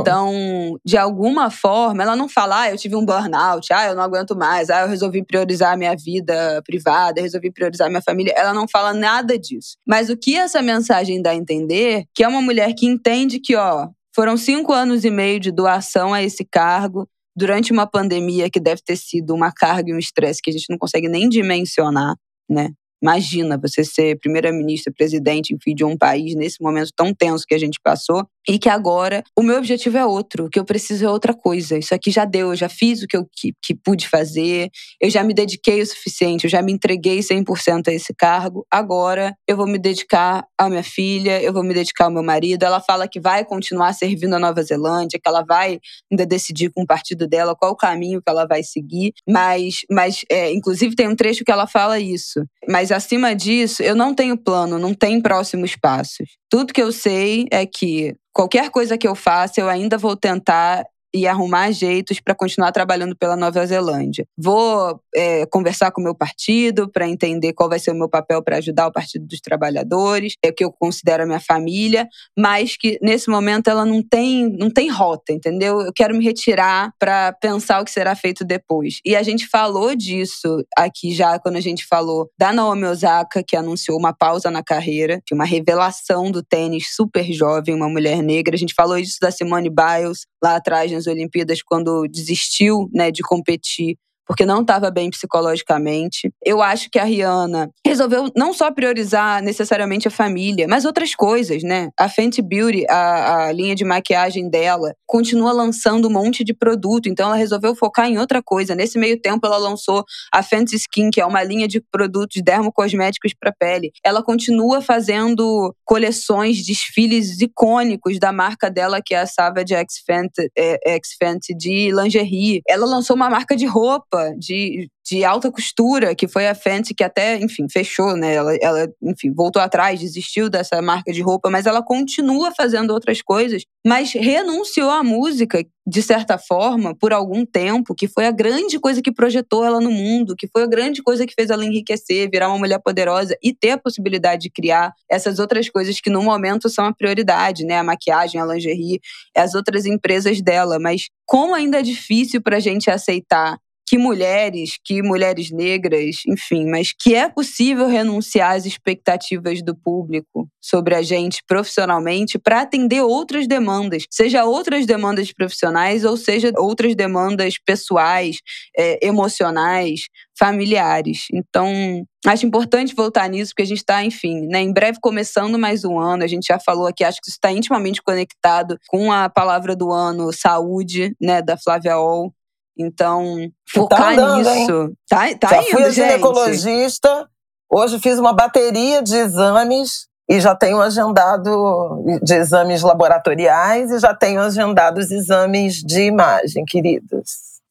Então, de alguma forma, ela não fala, eu tive um burnout, eu não aguento mais, eu resolvi priorizar a minha vida privada, eu resolvi priorizar a minha família. Ela não fala nada disso. Mas o que essa mensagem dá a entender, que é uma mulher que entende que, foram 5 anos e meio de doação a esse cargo, durante uma pandemia que deve ter sido uma carga e um estresse que a gente não consegue nem dimensionar, né? Imagina você ser primeira-ministra, presidente, enfim, de um país nesse momento tão tenso que a gente passou, e que agora o meu objetivo é outro, o que eu preciso é outra coisa. Isso aqui já deu, eu já fiz o que eu pude fazer, eu já me dediquei o suficiente, eu já me entreguei 100% a esse cargo, agora eu vou me dedicar à minha filha, eu vou me dedicar ao meu marido. Ela fala que vai continuar servindo a Nova Zelândia, que ela vai ainda decidir com o partido dela qual o caminho que ela vai seguir, mas inclusive tem um trecho que ela fala isso. Mas acima disso, eu não tenho plano, não tem próximos passos. Tudo que eu sei é que qualquer coisa que eu faça, eu ainda vou tentar e arrumar jeitos para continuar trabalhando pela Nova Zelândia. Vou conversar com o meu partido para entender qual vai ser o meu papel para ajudar o Partido dos Trabalhadores, que eu considero a minha família, mas que nesse momento ela não tem rota, entendeu? Eu quero me retirar para pensar o que será feito depois. E a gente falou disso aqui já quando a gente falou da Naomi Osaka, que anunciou uma pausa na carreira, uma revelação do tênis super jovem, uma mulher negra. A gente falou disso da Simone Biles lá atrás nas Olimpíadas, quando desistiu, né, de competir porque não estava bem psicologicamente. Eu acho que a Rihanna resolveu não só priorizar necessariamente a família, mas outras coisas, né? A Fenty Beauty, a linha de maquiagem dela, continua lançando um monte de produto, então ela resolveu focar em outra coisa. Nesse meio tempo, ela lançou a Fenty Skin, que é uma linha de produtos dermocosméticos para pele. Ela continua fazendo coleções, desfiles icônicos da marca dela, que é a Savage X Fenty de lingerie. Ela lançou uma marca de roupa de alta costura, que foi a Fenty, que até, enfim, fechou, né? Ela, enfim, voltou atrás, desistiu dessa marca de roupa, mas ela continua fazendo outras coisas, mas renunciou à música, de certa forma, por algum tempo, que foi a grande coisa que projetou ela no mundo, que foi a grande coisa que fez ela enriquecer, virar uma mulher poderosa e ter a possibilidade de criar essas outras coisas que no momento são a prioridade, né? A maquiagem, a lingerie, as outras empresas dela. Mas como ainda é difícil pra gente aceitar que mulheres negras, enfim, mas que é possível renunciar às expectativas do público sobre a gente profissionalmente para atender outras demandas, seja outras demandas profissionais ou seja outras demandas pessoais, emocionais, familiares. Então, acho importante voltar nisso, porque a gente está, enfim, né, em breve começando mais um ano. A gente já falou aqui, acho que isso está intimamente conectado com a palavra do ano, saúde, né, da Flávia Oll. Então, focar nisso. Hein? Tá já indo, fui a gente. ginecologista, hoje fiz uma bateria de exames e já tenho agendado de exames laboratoriais e já tenho agendado os exames de imagem, queridos.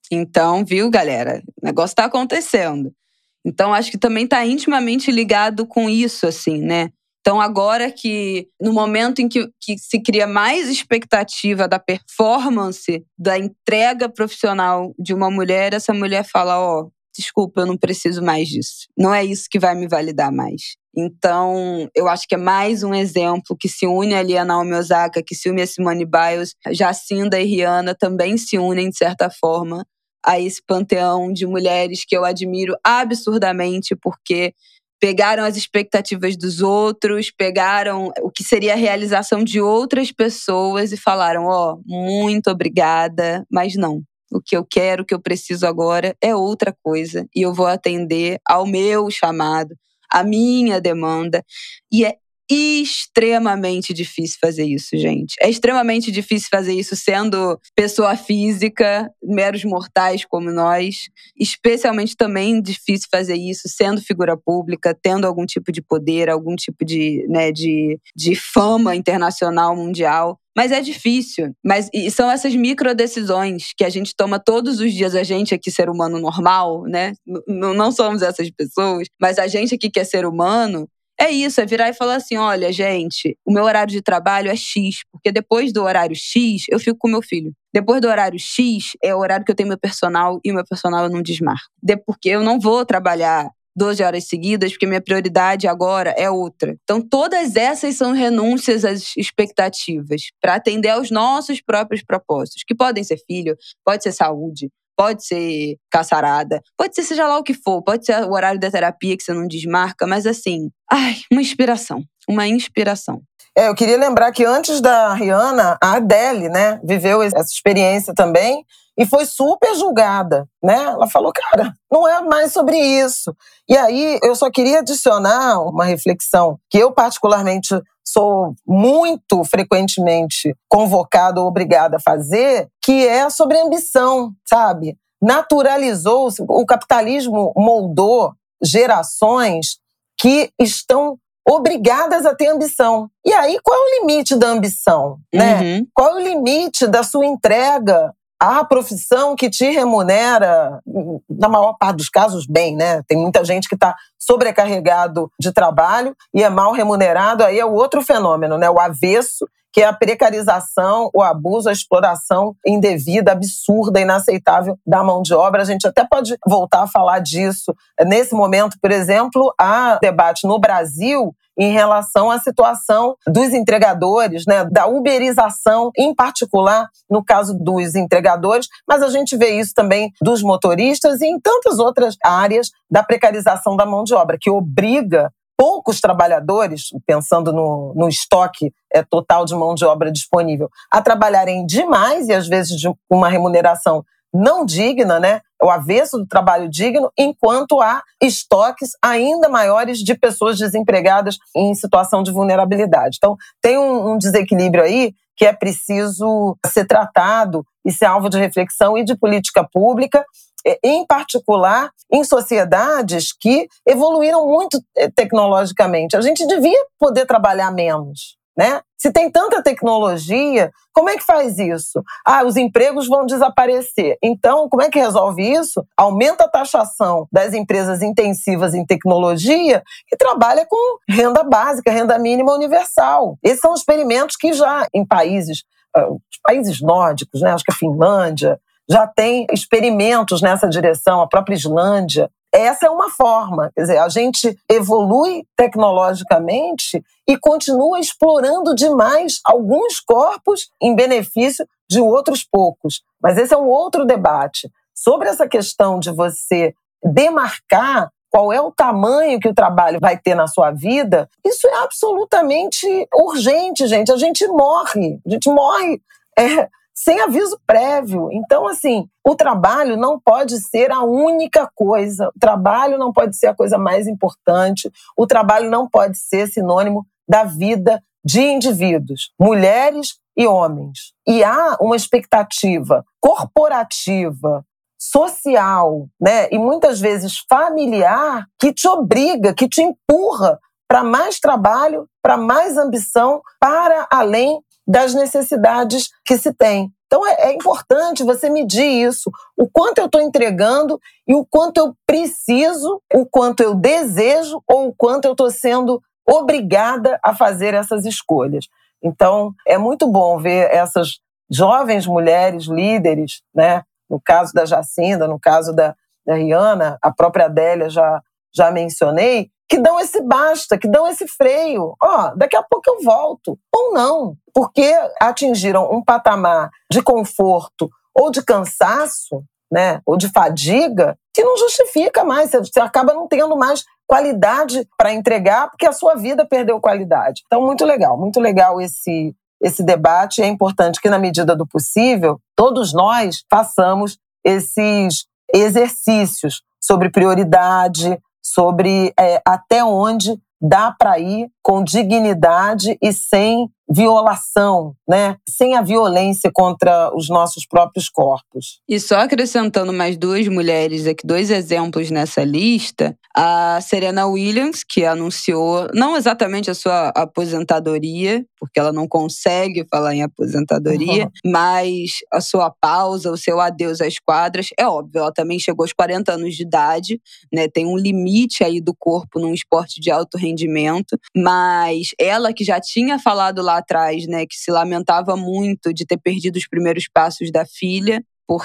Então, viu, galera? O negócio tá acontecendo. Então, acho que também tá intimamente ligado com isso, assim, né? Então, agora que, no momento em que se cria mais expectativa da performance, da entrega profissional de uma mulher, essa mulher fala, desculpa, eu não preciso mais disso. Não é isso que vai me validar mais. Então, eu acho que é mais um exemplo que se une ali a Naomi Osaka, que se une a Simone Biles, Jacinda e Rihanna também se unem, de certa forma, a esse panteão de mulheres que eu admiro absurdamente, porque pegaram as expectativas dos outros, pegaram o que seria a realização de outras pessoas e falaram, muito obrigada, mas não. O que eu quero, o que eu preciso agora é outra coisa. E eu vou atender ao meu chamado, à minha demanda. E é extremamente difícil fazer isso, gente. É extremamente difícil fazer isso sendo pessoa física, meros mortais como nós. Especialmente também difícil fazer isso sendo figura pública, tendo algum tipo de poder, algum tipo de fama internacional, mundial. Mas é difícil. E são essas microdecisões que a gente toma todos os dias, a gente aqui, ser humano normal, né? Não somos essas pessoas, mas a gente aqui que é ser humano, é isso, é virar e falar assim, olha, gente, o meu horário de trabalho é X, porque depois do horário X, eu fico com meu filho. Depois do horário X, é o horário que eu tenho meu personal, e o meu personal eu não desmarco. Porque eu não vou trabalhar 12 horas seguidas, porque minha prioridade agora é outra. Então, todas essas são renúncias às expectativas para atender aos nossos próprios propósitos, que podem ser filho, pode ser saúde, pode ser caçarada, pode ser seja lá o que for, pode ser o horário da terapia que você não desmarca, mas assim, uma inspiração. Eu queria lembrar que antes da Rihanna, a Adele, né, viveu essa experiência também e foi super julgada, né? Ela falou, cara, não é mais sobre isso. E aí, eu só queria adicionar uma reflexão que eu particularmente sou muito frequentemente convocada ou obrigada a fazer, que é sobre ambição, sabe? Naturalizou-se, o capitalismo moldou gerações que estão obrigadas a ter ambição. E aí, qual é o limite da ambição, né? Qual é o limite da sua entrega à profissão que te remunera, na maior parte dos casos, bem, né? Tem muita gente que está sobrecarregado de trabalho e é mal remunerado, aí é o outro fenômeno, né? O avesso, que é a precarização, o abuso, a exploração indevida, absurda, inaceitável da mão de obra. A gente até pode voltar a falar disso. Nesse momento, por exemplo, há debate no Brasil em relação à situação dos entregadores, né, da uberização, em particular no caso dos entregadores, mas a gente vê isso também dos motoristas e em tantas outras áreas da precarização da mão de obra, que obriga poucos trabalhadores, pensando no estoque total de mão de obra disponível, a trabalharem demais e às vezes de uma remuneração não digna, né? O avesso do trabalho digno, enquanto há estoques ainda maiores de pessoas desempregadas em situação de vulnerabilidade. Então, tem um desequilíbrio aí que é preciso ser tratado e ser alvo de reflexão e de política pública, em particular em sociedades que evoluíram muito tecnologicamente. A gente devia poder trabalhar menos, né? Se tem tanta tecnologia, como é que faz isso? Os empregos vão desaparecer. Então, como é que resolve isso? Aumenta a taxação das empresas intensivas em tecnologia e trabalha com renda básica, renda mínima universal. Esses são experimentos que já em países nórdicos, né? Acho que a Finlândia já tem experimentos nessa direção, a própria Islândia. Essa é uma forma, quer dizer, a gente evolui tecnologicamente e continua explorando demais alguns corpos em benefício de outros poucos. Mas esse é um outro debate. Sobre essa questão de você demarcar qual é o tamanho que o trabalho vai ter na sua vida, isso é absolutamente urgente, gente. A gente morre sem aviso prévio. Então, assim, o trabalho não pode ser a única coisa. O trabalho não pode ser a coisa mais importante. O trabalho não pode ser sinônimo da vida de indivíduos, mulheres e homens. E há uma expectativa corporativa, social, né, e muitas vezes familiar, que te obriga, que te empurra para mais trabalho, para mais ambição, para além das necessidades que se tem. Então é importante você medir isso, o quanto eu estou entregando e o quanto eu preciso, o quanto eu desejo ou o quanto eu estou sendo obrigada a fazer essas escolhas. Então é muito bom ver essas jovens mulheres líderes, né? No caso da Jacinda, no caso da Rihanna, a própria Adélia já mencionei, que dão esse basta, que dão esse freio. Daqui a pouco eu volto. Ou não, porque atingiram um patamar de conforto ou de cansaço, né, ou de fadiga, que não justifica mais. Você acaba não tendo mais qualidade para entregar, porque a sua vida perdeu qualidade. Então, muito legal esse debate. É importante que, na medida do possível, todos nós façamos esses exercícios sobre prioridade, sobre até onde dá para ir com dignidade e sem violação, né? Sem a violência contra os nossos próprios corpos. E só acrescentando mais duas mulheres aqui, dois exemplos nessa lista, a Serena Williams, que anunciou não exatamente a sua aposentadoria, porque ela não consegue falar em aposentadoria, mas a sua pausa, o seu adeus às quadras. É óbvio, ela também chegou aos 40 anos de idade, né? Tem um limite aí do corpo num esporte de alto rendimento, mas ela que já tinha falado lá atrás, né, que se lamentava muito de ter perdido os primeiros passos da filha,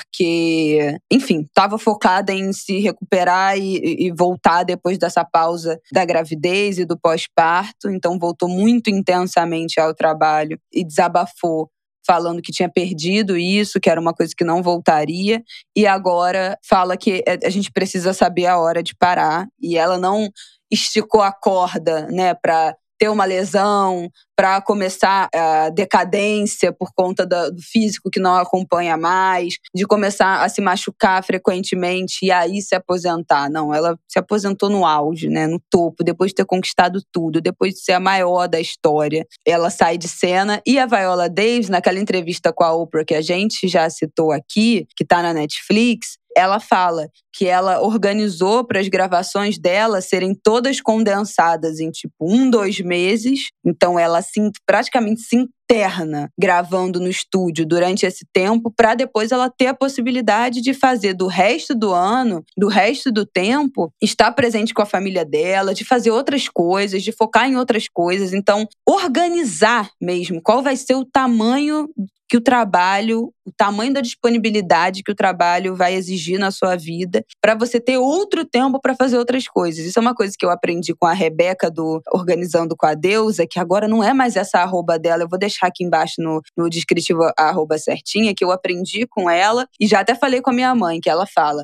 porque, enfim, estava focada em se recuperar e voltar depois dessa pausa da gravidez e do pós-parto, então voltou muito intensamente ao trabalho e desabafou, falando que tinha perdido isso, que era uma coisa que não voltaria, e agora fala que a gente precisa saber a hora de parar, e ela não esticou a corda, né, para ter uma lesão, para começar a decadência por conta do físico que não acompanha mais, de começar a se machucar frequentemente e aí se aposentar. Não, ela se aposentou no auge, né, no topo, depois de ter conquistado tudo, depois de ser a maior da história. Ela sai de cena e a Viola Davis, naquela entrevista com a Oprah que a gente já citou aqui, que está na Netflix, ela fala que ela organizou para as gravações dela serem todas condensadas em 2 meses. Então ela praticamente se interna gravando no estúdio durante esse tempo para depois ela ter a possibilidade de fazer do resto do ano, do resto do tempo, estar presente com a família dela, de fazer outras coisas, de focar em outras coisas. Então, organizar mesmo qual vai ser o tamanho que o trabalho, o tamanho da disponibilidade que o trabalho vai exigir na sua vida para você ter outro tempo para fazer outras coisas. Isso é uma coisa que eu aprendi com a Rebeca do Organizando com a Deusa, que agora não é mais essa arroba dela, eu vou deixar aqui embaixo no descritivo a arroba certinha, que eu aprendi com ela e já até falei com a minha mãe, que ela fala,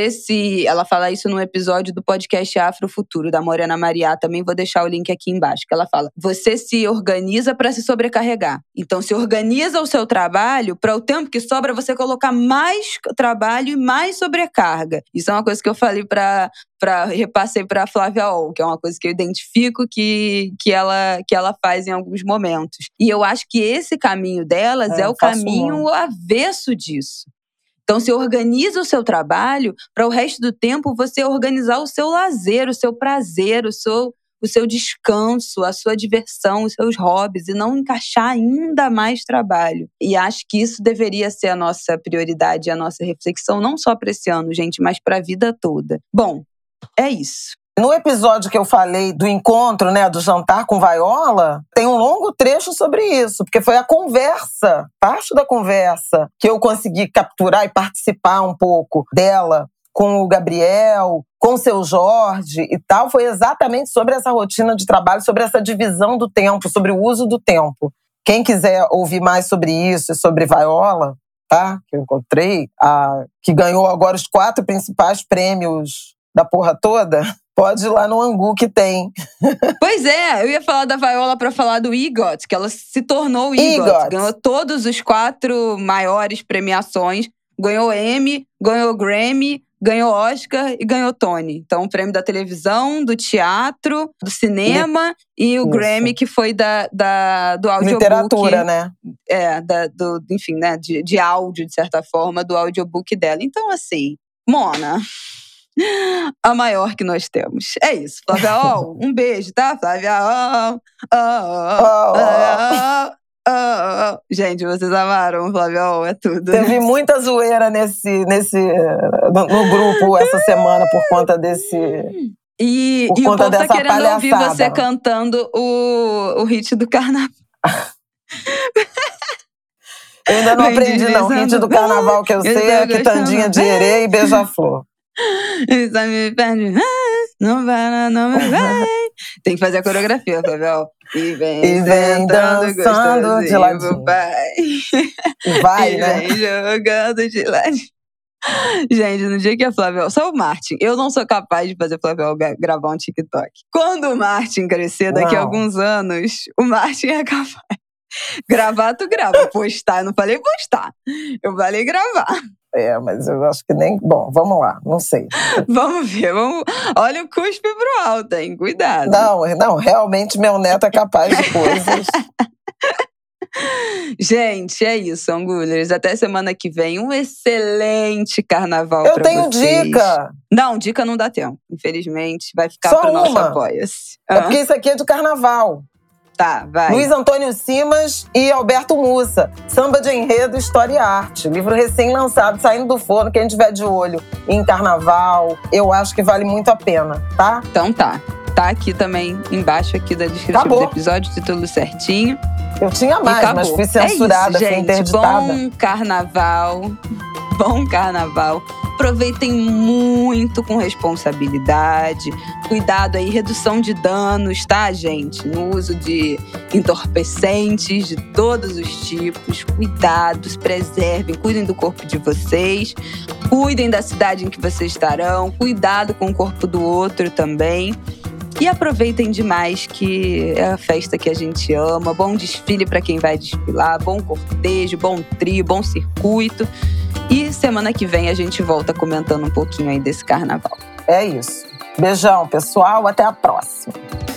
ela fala isso num episódio do podcast Afrofuturo, da Morena Mariá, também vou deixar o link aqui embaixo, que ela fala, você se organiza para se sobrecarregar. Então, se organiza o seu trabalho para o tempo que sobra você colocar mais trabalho e mais sobrecarga. Isso é uma coisa que eu falei repassei para a Flávia Ol, que é uma coisa que eu identifico que ela faz em alguns momentos. E eu acho que esse caminho delas é o caminho avesso disso. Então, se organiza o seu trabalho para o resto do tempo você organizar o seu lazer, o seu prazer, o seu descanso, a sua diversão, os seus hobbies e não encaixar ainda mais trabalho. E acho que isso deveria ser a nossa prioridade, a nossa reflexão, não só para esse ano, gente, mas para a vida toda. Bom, é isso. No episódio que eu falei do encontro, né, do jantar com Viola, tem um longo trecho sobre isso, porque foi a conversa, parte da conversa, que eu consegui capturar e participar um pouco dela com o Gabriel, com o seu Jorge e tal, foi exatamente sobre essa rotina de trabalho, sobre essa divisão do tempo, sobre o uso do tempo. Quem quiser ouvir mais sobre isso e sobre Viola, tá? Que eu encontrei, que ganhou agora os 4 principais prêmios da porra toda, pode ir lá no Angu que tem. Pois é, eu ia falar da Viola para falar do EGOT, que ela se tornou o EGOT. Ganhou todos os 4 maiores premiações. Ganhou Emmy, ganhou Grammy, ganhou Oscar e ganhou Tony. Então, o prêmio da televisão, do teatro, do cinema e o Grammy, que foi do audiobook. Literatura, né? Enfim, né? De áudio, de certa forma, do audiobook dela. Então, assim, Mona, a maior que nós temos. É isso, Flávia Ol. Um beijo, tá, Flávia Ol? Gente, vocês amaram o Flaviol, é tudo. Teve muita zoeira no grupo essa semana por conta desse... E o povo tá querendo palhaçada. Ouvir você cantando o hit do carnaval. Eu ainda não aprendi, não. O hit do carnaval que eu sei é Quitandinha de Herê e Beija-Flor. Isso me perde. Não vai, não vai. Tem que fazer a coreografia, Flaviol. E vem dançando de ladinho. Vai, né? Vem jogando de ladinho. Gente, no dia que a Flaviol... Só o Martin. Eu não sou capaz de fazer Flaviol gravar um TikTok. Quando o Martin crescer, daqui a alguns anos, o Martin é capaz. Gravar, tu grava. Postar, eu não falei postar. Eu falei gravar. Mas eu acho que nem... Bom, vamos lá, não sei. Vamos ver, olha o cuspe pro alto, hein? Cuidado. Não, realmente meu neto é capaz de coisas. Gente, é isso, Angulers. Até semana que vem. Um excelente carnaval pra vocês. Eu tenho dica. Não, dica não dá tempo. Infelizmente, vai ficar pro nosso Apoia-se. É porque isso aqui é de carnaval. Tá, vai. Luiz Antônio Simas e Alberto Mussa. Samba de Enredo, História e Arte. Livro recém-lançado, saindo do forno. Quem tiver de olho em carnaval, eu acho que vale muito a pena, tá? Então tá. Tá aqui também, embaixo aqui da descrição do episódio, título certinho. Eu tinha mais, mas fui censurada, fui interditada. Bom carnaval. Aproveitem muito com responsabilidade. Cuidado aí, redução de danos, tá, gente? No uso de entorpecentes de todos os tipos. Cuidados, preservem, cuidem do corpo de vocês. Cuidem da cidade em que vocês estarão. Cuidado com o corpo do outro também. E aproveitem demais, que é a festa que a gente ama. Bom desfile para quem vai desfilar, bom cortejo, bom trio, bom circuito. E semana que vem a gente volta comentando um pouquinho aí desse carnaval. É isso. Beijão, pessoal. Até a próxima.